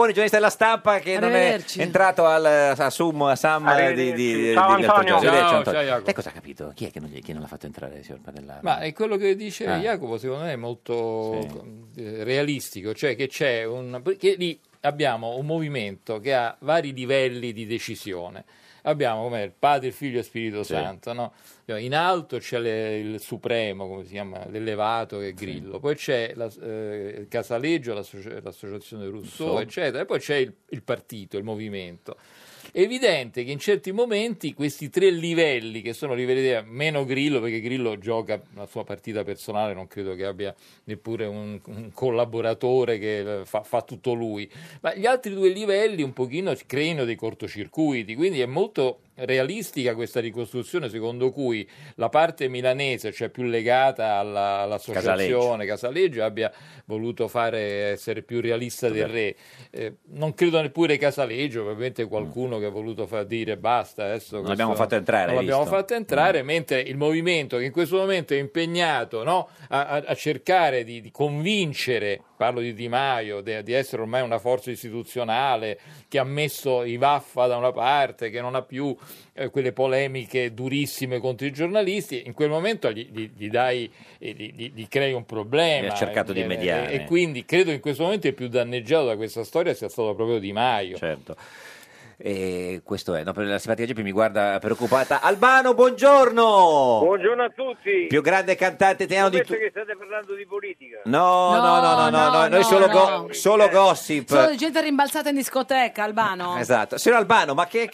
Ramponi, giornalista della Stampa, che non è Arrivederci. entrato a Sum di Ciao, Antonio. Ciao, Ciao, Jacopo. Lei cosa ha capito? Chi è che non l'ha fatto entrare, signor Padellaro? Ma è quello che dice Ah. Jacopo, secondo me è molto realistico, cioè che c'è perché lì abbiamo un movimento che ha vari livelli di decisione. Abbiamo come il Padre, il Figlio e il Spirito Santo, no? In alto c'è il Supremo, come si chiama, l'Elevato, che è Grillo, poi c'è il Casaleggio, l'associazione Rousseau, eccetera, e poi c'è il partito, il movimento. È evidente che in certi momenti questi tre livelli, che sono livelli meno Grillo, perché Grillo gioca la sua partita personale, non credo che abbia neppure un collaboratore che fa tutto lui, ma gli altri due livelli un pochino creino dei cortocircuiti, quindi è molto realistica questa ricostruzione secondo cui la parte milanese, cioè più legata all'associazione Casaleggio, abbia voluto essere più realista del re. Non credo neppure Casaleggio, probabilmente qualcuno che ha voluto far dire basta, adesso Non l'abbiamo fatto entrare, non hai l'abbiamo visto? fatto entrare, mentre il movimento che in questo momento è impegnato, no, a cercare di convincere, parlo di Di Maio, di essere ormai una forza istituzionale che ha messo i Vaffa da una parte, che non ha più quelle polemiche durissime contro i giornalisti, in quel momento gli crei un problema. Ha cercato di mediare. E quindi credo in questo momento il più danneggiato da questa storia sia stato proprio Di Maio. Certo. E questo è, no, per la simpatica Geppi mi guarda preoccupata. Albano, buongiorno! Buongiorno a tutti. Più grande cantante italiano di Penso che state parlando di politica. No, noi solo gossip. Solo di gente rimbalzata in discoteca, Albano. Esatto. Signor Albano, ma che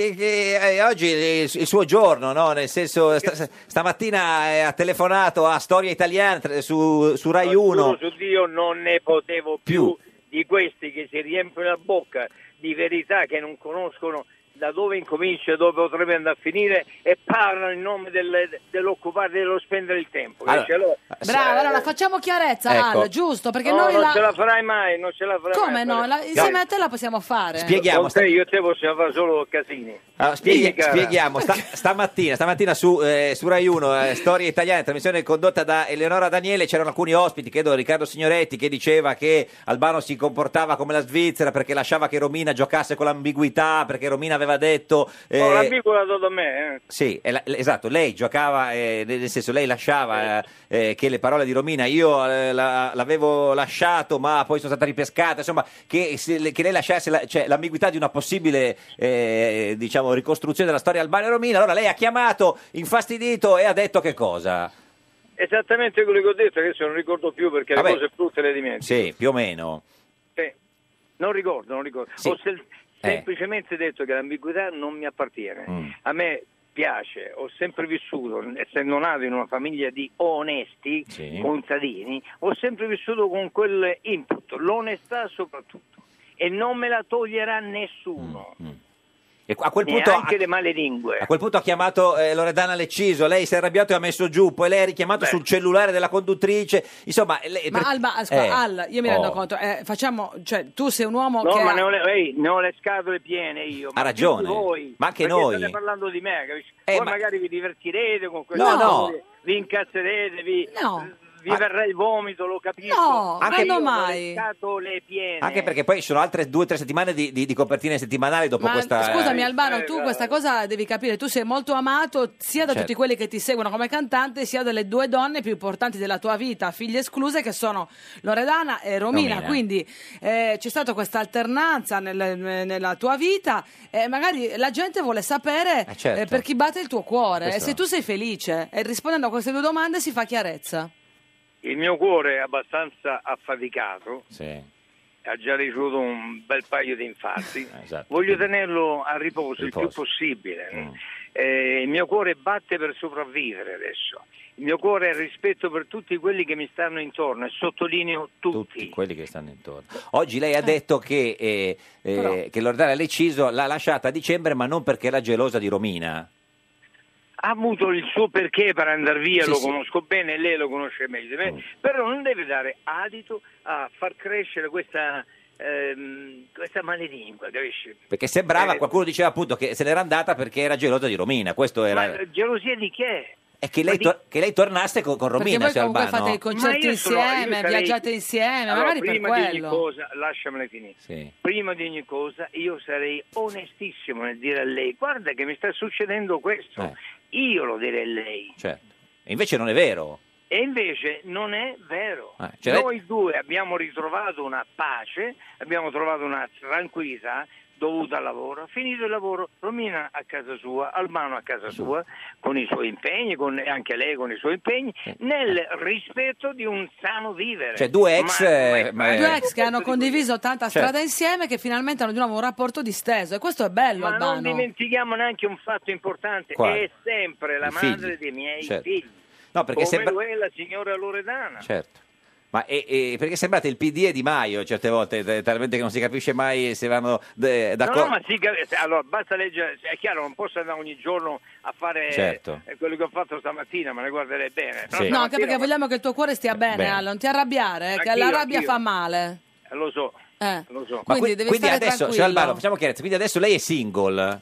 oggi è il suo giorno, no? Nel senso, stamattina ha telefonato a Storia Italiana su Rai 1. Su Dio non ne potevo più di questi che si riempiono la bocca di verità che non conoscono da dove incomincia e dove potrebbe andare a finire e parlano in nome dell'occupare, dello spendere il tempo. Bravo, allora facciamo chiarezza, Ecco. Al, giusto? Perché No, noi non ce la farai mai, non ce la farai Come mai. no? Insieme a te la possiamo fare. Spieghiamo. Con te io e te possiamo fare solo casini. Allora, spieghiamo. Stamattina su Rai 1, Storia Italiana, trasmissione condotta da Eleonora Daniele, c'erano alcuni ospiti, credo Riccardo Signoretti, che diceva che Albano si comportava come la Svizzera perché lasciava che Romina giocasse con l'ambiguità, perché Romina aveva detto... l'ambiguo l'ha dato a me. Sì, esatto, lei giocava, nel senso lei lasciava che le parole di Romina, io l'avevo lasciato ma poi sono stata ripescata, insomma, che lei lasciasse cioè, l'ambiguità di una possibile ricostruzione della storia Albano e Romina. Allora lei ha chiamato infastidito e ha detto che cosa? Esattamente quello che ho detto, adesso non ricordo più perché Vabbè. le cose brutte le dimentico. Sì, più o meno. Non ricordo. Sì. Ho semplicemente detto che l'ambiguità non mi appartiene. A me piace, ho sempre vissuto, essendo nato in una famiglia di onesti contadini, ho sempre vissuto con quel input, l'onestà soprattutto, e non me la toglierà nessuno. E a quel punto neanche le male lingue. A quel punto ha chiamato Loredana Leciso, lei si è arrabbiato e ha messo giù, poi lei ha richiamato sul cellulare della conduttrice, insomma... Ma Alba, Al, io mi rendo conto, facciamo, cioè tu sei un uomo No, che ma ha... ne ho le scatole piene io. Ha ragione, voi, ma anche perché noi. state parlando di me, capisci? Voi magari vi divertirete con questo, No. vi incazzerete, vi verrà il vomito, lo capisco. No, anche quando io mai? ho le scatole piene. Anche perché poi ci sono altre 2 o 3 settimane di copertine settimanali dopo Ma questa... scusami Albano, tu questa cosa devi capire, tu sei molto amato sia da tutti quelli che ti seguono come cantante, sia dalle 2 donne più importanti della tua vita, figlie escluse, che sono Loredana e Romina. Quindi c'è stata questa alternanza nella tua vita e magari la gente vuole sapere per chi batte il tuo cuore. E se tu sei felice e rispondendo a queste 2 domande si fa chiarezza. Il mio cuore è abbastanza affaticato, ha già ricevuto un bel paio di infarti, voglio tenerlo a riposo il più possibile. Il mio cuore batte per sopravvivere adesso, il mio cuore è rispetto per tutti quelli che mi stanno intorno e sottolineo tutti quelli che stanno intorno. Oggi lei ha detto che Loredana Leciso l'ha lasciata a dicembre, ma non perché era gelosa di Romina. Ha avuto il suo perché per andare via, conosco bene, lei lo conosce meglio di me, però non deve dare adito a far crescere questa malelingua, capisci? Perché sembrava, qualcuno diceva appunto che se n'era andata perché era gelosa di Romina, questo era... Ma gelosia di che? È che lei tornasse con Romina, Perché voi comunque fate i concerti insieme, viaggiate insieme, Allora, magari per prima di ogni quello. cosa, lasciamela finire. Sì. Prima di ogni cosa io sarei onestissimo nel dire a lei: guarda che mi sta succedendo questo. Io lo direi a lei. Certo. E invece non è vero. E invece non è vero. Cioè Noi due abbiamo ritrovato una pace, abbiamo trovato una tranquillità dovuta al lavoro. Finito il lavoro, Romina a casa sua, Albano a casa sua, con i suoi impegni, e anche lei con i suoi impegni, nel rispetto di un sano vivere. Cioè due ex... Due ex che hanno condiviso tanta strada insieme, che finalmente hanno di nuovo un rapporto disteso, e questo è bello, Ma Albano. non dimentichiamo neanche un fatto importante: Quale? è sempre la I figli. madre dei miei Certo. figli. No, perché come sembra... lo è la signora Loredana. Certo. Ma perché sembrate il PD e Di Maio certe volte, talmente che non si capisce mai se vanno d'accordo. No, ma allora basta leggere, è chiaro, non posso andare ogni giorno a fare Certo. quello che ho fatto stamattina, me ne guarderei bene. Sì. No, anche perché vogliamo che il tuo cuore stia bene, Bene. Allo, non ti arrabbiare, che la rabbia fa male. Lo so, lo so. Quindi devi quindi stare adesso, tranquillo. signor Albano, facciamo chiarezza, quindi adesso lei è single?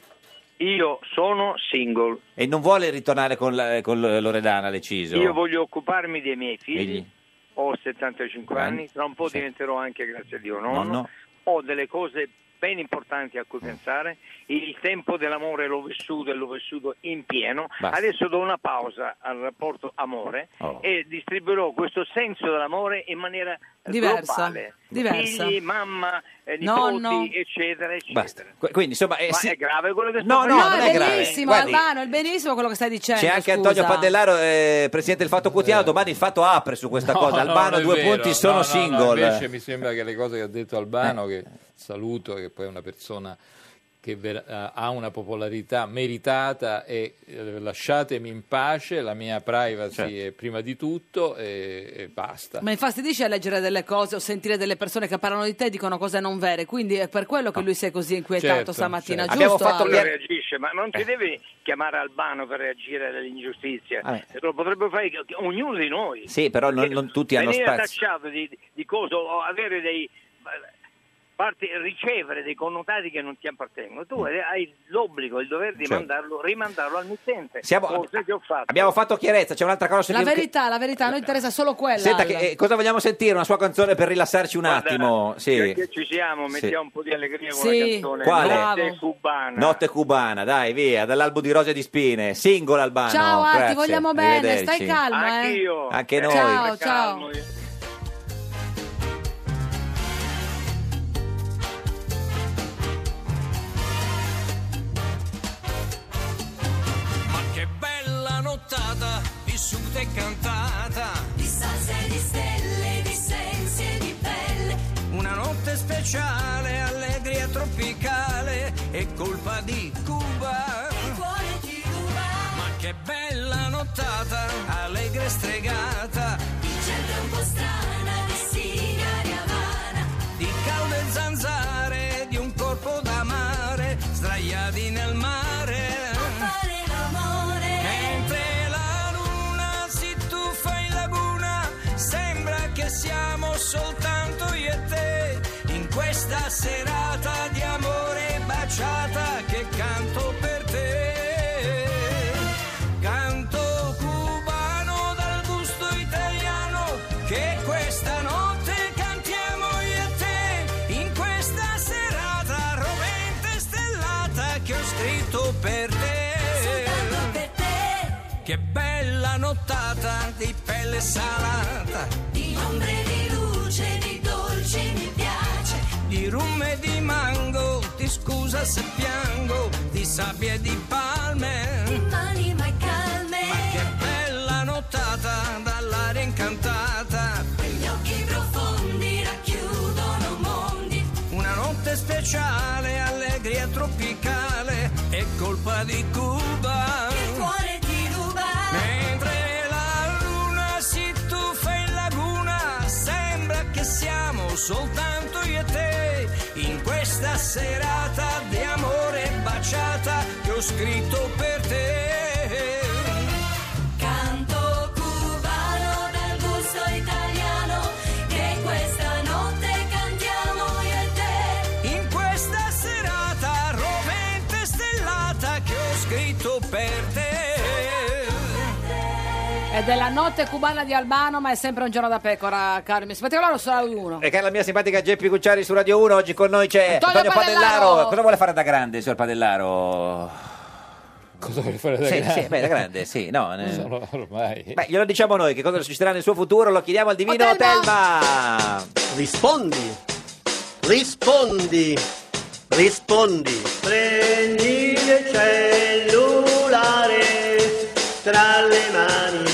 Io sono single. E non vuole ritornare con Loredana, deciso? Io voglio occuparmi dei miei figli. Egli? Ho 75 anni, tra un po' diventerò anche, grazie a Dio, nonno. Nonno. Ho delle cose ben importanti a cui pensare. Il tempo dell'amore l'ho vissuto e l'ho vissuto in pieno. Basta. Adesso do una pausa al rapporto amore e distribuirò questo senso dell'amore in maniera Diversa. globale. Diversa. Figli, mamma, Nonno. nipoti, eccetera, eccetera. Basta. Quindi insomma... Ma è grave quello che sto No, facendo? no, No, non è è grave. benissimo, Guardi, Albano, è benissimo quello che stai dicendo. c'è anche scusa. Antonio Padellaro, presidente del Fatto Quotidiano, domani il Fatto apre su questa cosa. Albano, non è 2 vero. punti, sono No, single. invece mi sembra che le cose che ha detto Albano, che saluto, che poi è una persona che ha una popolarità meritata, e lasciatemi in pace, la mia privacy è prima di tutto, e basta. Ma infastidisce a leggere delle cose o sentire delle persone che parlano di te e dicono cose non vere, quindi è per quello che lui si è così inquietato Certo, stamattina, certo. giusto? Abbiamo fatto Ale? Reagisce, ma non ti devi chiamare Albano per reagire all'ingiustizia, Vabbè. lo potrebbe fare ognuno di noi. Sì, però non tutti hanno venire spazio. tacciato di cose o avere ricevere dei connotati che non ti appartengono, tu hai l'obbligo, il dovere di rimandarlo al mittente. Cosa che ho fatto. Abbiamo fatto chiarezza, c'è un'altra cosa La verità, a noi interessa solo quella. Senta, Ale. cosa vogliamo sentire? Una sua canzone per rilassarci un attimo? Sì. Perché ci siamo, mettiamo un po' di allegria con Sì. la canzone. Quale? Notte cubana. Notte cubana, dai, via, dall'albo di Rose e di Spine, singolo Albano. Ciao Ale, ti grazie. vogliamo bene, Arrivederci. stai calma. Anch'io. Anche noi. Ciao, ciao. Ma che bella nottata, vissuta e cantata, di salse, di stelle, di sensi e di pelle. Una notte speciale, allegria tropicale, è colpa di Cuba. Il cuore di Cuba. Ma che bella nottata, allegra e stregata, di gente un po' strana, di sigari Havana, di calde zanzare, di un corpo d'amare, sdraiati nel mare. Mentre la luna si tuffa in laguna, sembra che siamo soltanto io e te, in questa serata di amore baciata che canto per te. Canto cubano dal gusto italiano, che questa notte cantiamo io e te, in questa serata rovente e stellata che ho scritto per te. Che bella nottata di pelle salata, di ombre, di luce, di dolce mi piace, di rum e di mango, di scusa se piango, di sabbia e di palme, di mani mai calme. Ma che bella nottata dall'aria incantata, quegli occhi profondi racchiudono mondi. Una notte speciale, allegria tropicale, è colpa di Cuba. Il cuore ti ruba. Mentre la luna si tuffa in laguna, sembra che siamo soltanto io e te, in questa serata di amore baciata che ho scritto per te. Canto cubano dal gusto italiano, che questa notte cantiamo io e te, in questa serata rovente e stellata che ho scritto per te. È della notte cubana di Albano, ma è sempre un giorno da pecora, caro mio simpatico su Radio 1. E cara la mia simpatica Geppi Cucciari su Radio 1, oggi con noi c'è Antonio Padellaro. Cosa vuole fare da grande, signor Padellaro? Cosa vuole fare da grande? Sì, da grande, sì, no. Ormai. Beh, glielo diciamo noi, che cosa succederà nel suo futuro, lo chiediamo al divino Telma. Rispondi. Prendi il cellulare tra le mani.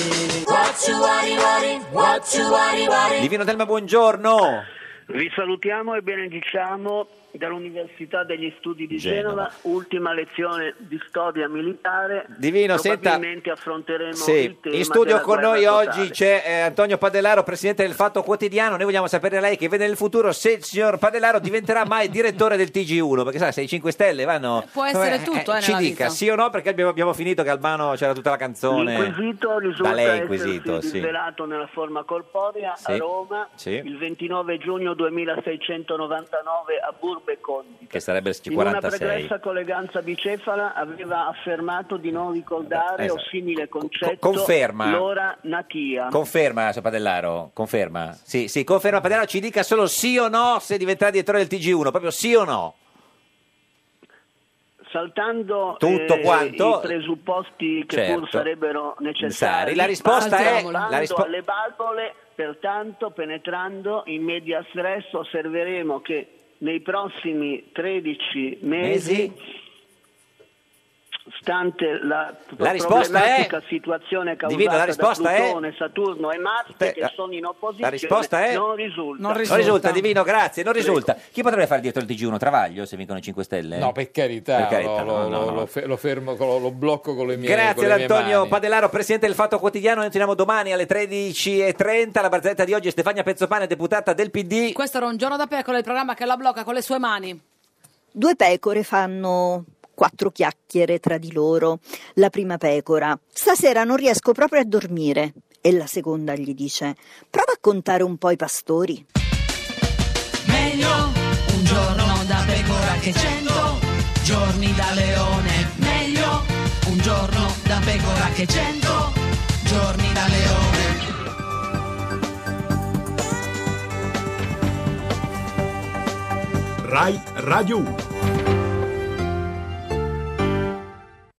Divino Telma, buongiorno. Vi salutiamo e benediciamo dall'Università degli Studi di Genova, ultima lezione di storia militare. Divino, probabilmente affronteremo il tema in studio della con noi guerra oggi totale. c'è Antonio Padellaro, presidente del Fatto Quotidiano. Noi vogliamo sapere da lei, che vede nel futuro, se il signor Padellaro diventerà mai direttore del TG1, perché sai, se i 5 Stelle vanno... Può essere tutto, ci nella dica vita. sì o no, perché abbiamo finito che Albano c'era tutta la canzone. L'inquisito risulta Da lei essersi inquisito, sì. rivelato nella forma corporea Sì. a Roma Sì. il 29 giugno 2699 a Burbe Condita. Che sarebbe il In una 46. pregressa colleganza bicefala aveva affermato di non ricordare Esatto. o simile concetto Conferma. l'ora natia. Conferma, signor Padellaro, conferma. Sì, conferma Padellaro, ci dica solo sì o no se diventerà direttore del TG1, proprio sì o no. Saltando Tutto quanto? i presupposti che Certo. pur sarebbero necessari, La risposta è... Bando alle valvole, pertanto, penetrando in medias res, osserveremo che nei prossimi 13 mesi, stante la risposta problematica situazione causata Divino, la risposta da è... Plutone, Saturno e Marte, che sono in opposizione, La risposta è... non risulta. Non risulta, Divino, grazie, non risulta. Chi potrebbe fare dietro il TG1? Travaglio, se vincono i 5 Stelle? No, per carità, no. lo fermo, lo blocco con le mie Grazie con le ad mie Antonio mani. Padellaro, presidente del Fatto Quotidiano. Noi torniamo domani alle 13.30. La barzelletta di oggi è Stefania Pezzopane, deputata del PD. Questo era un giorno da pecora, il programma che la blocca con le sue mani. 2 pecore fanno 4 chiacchiere tra di loro. La prima pecora: stasera non riesco proprio a dormire. E la seconda gli dice: prova a contare un po' i pastori. Meglio un giorno da pecora che 100 giorni da leone. Meglio un giorno da pecora che 100 giorni da leone. Rai Radio 1.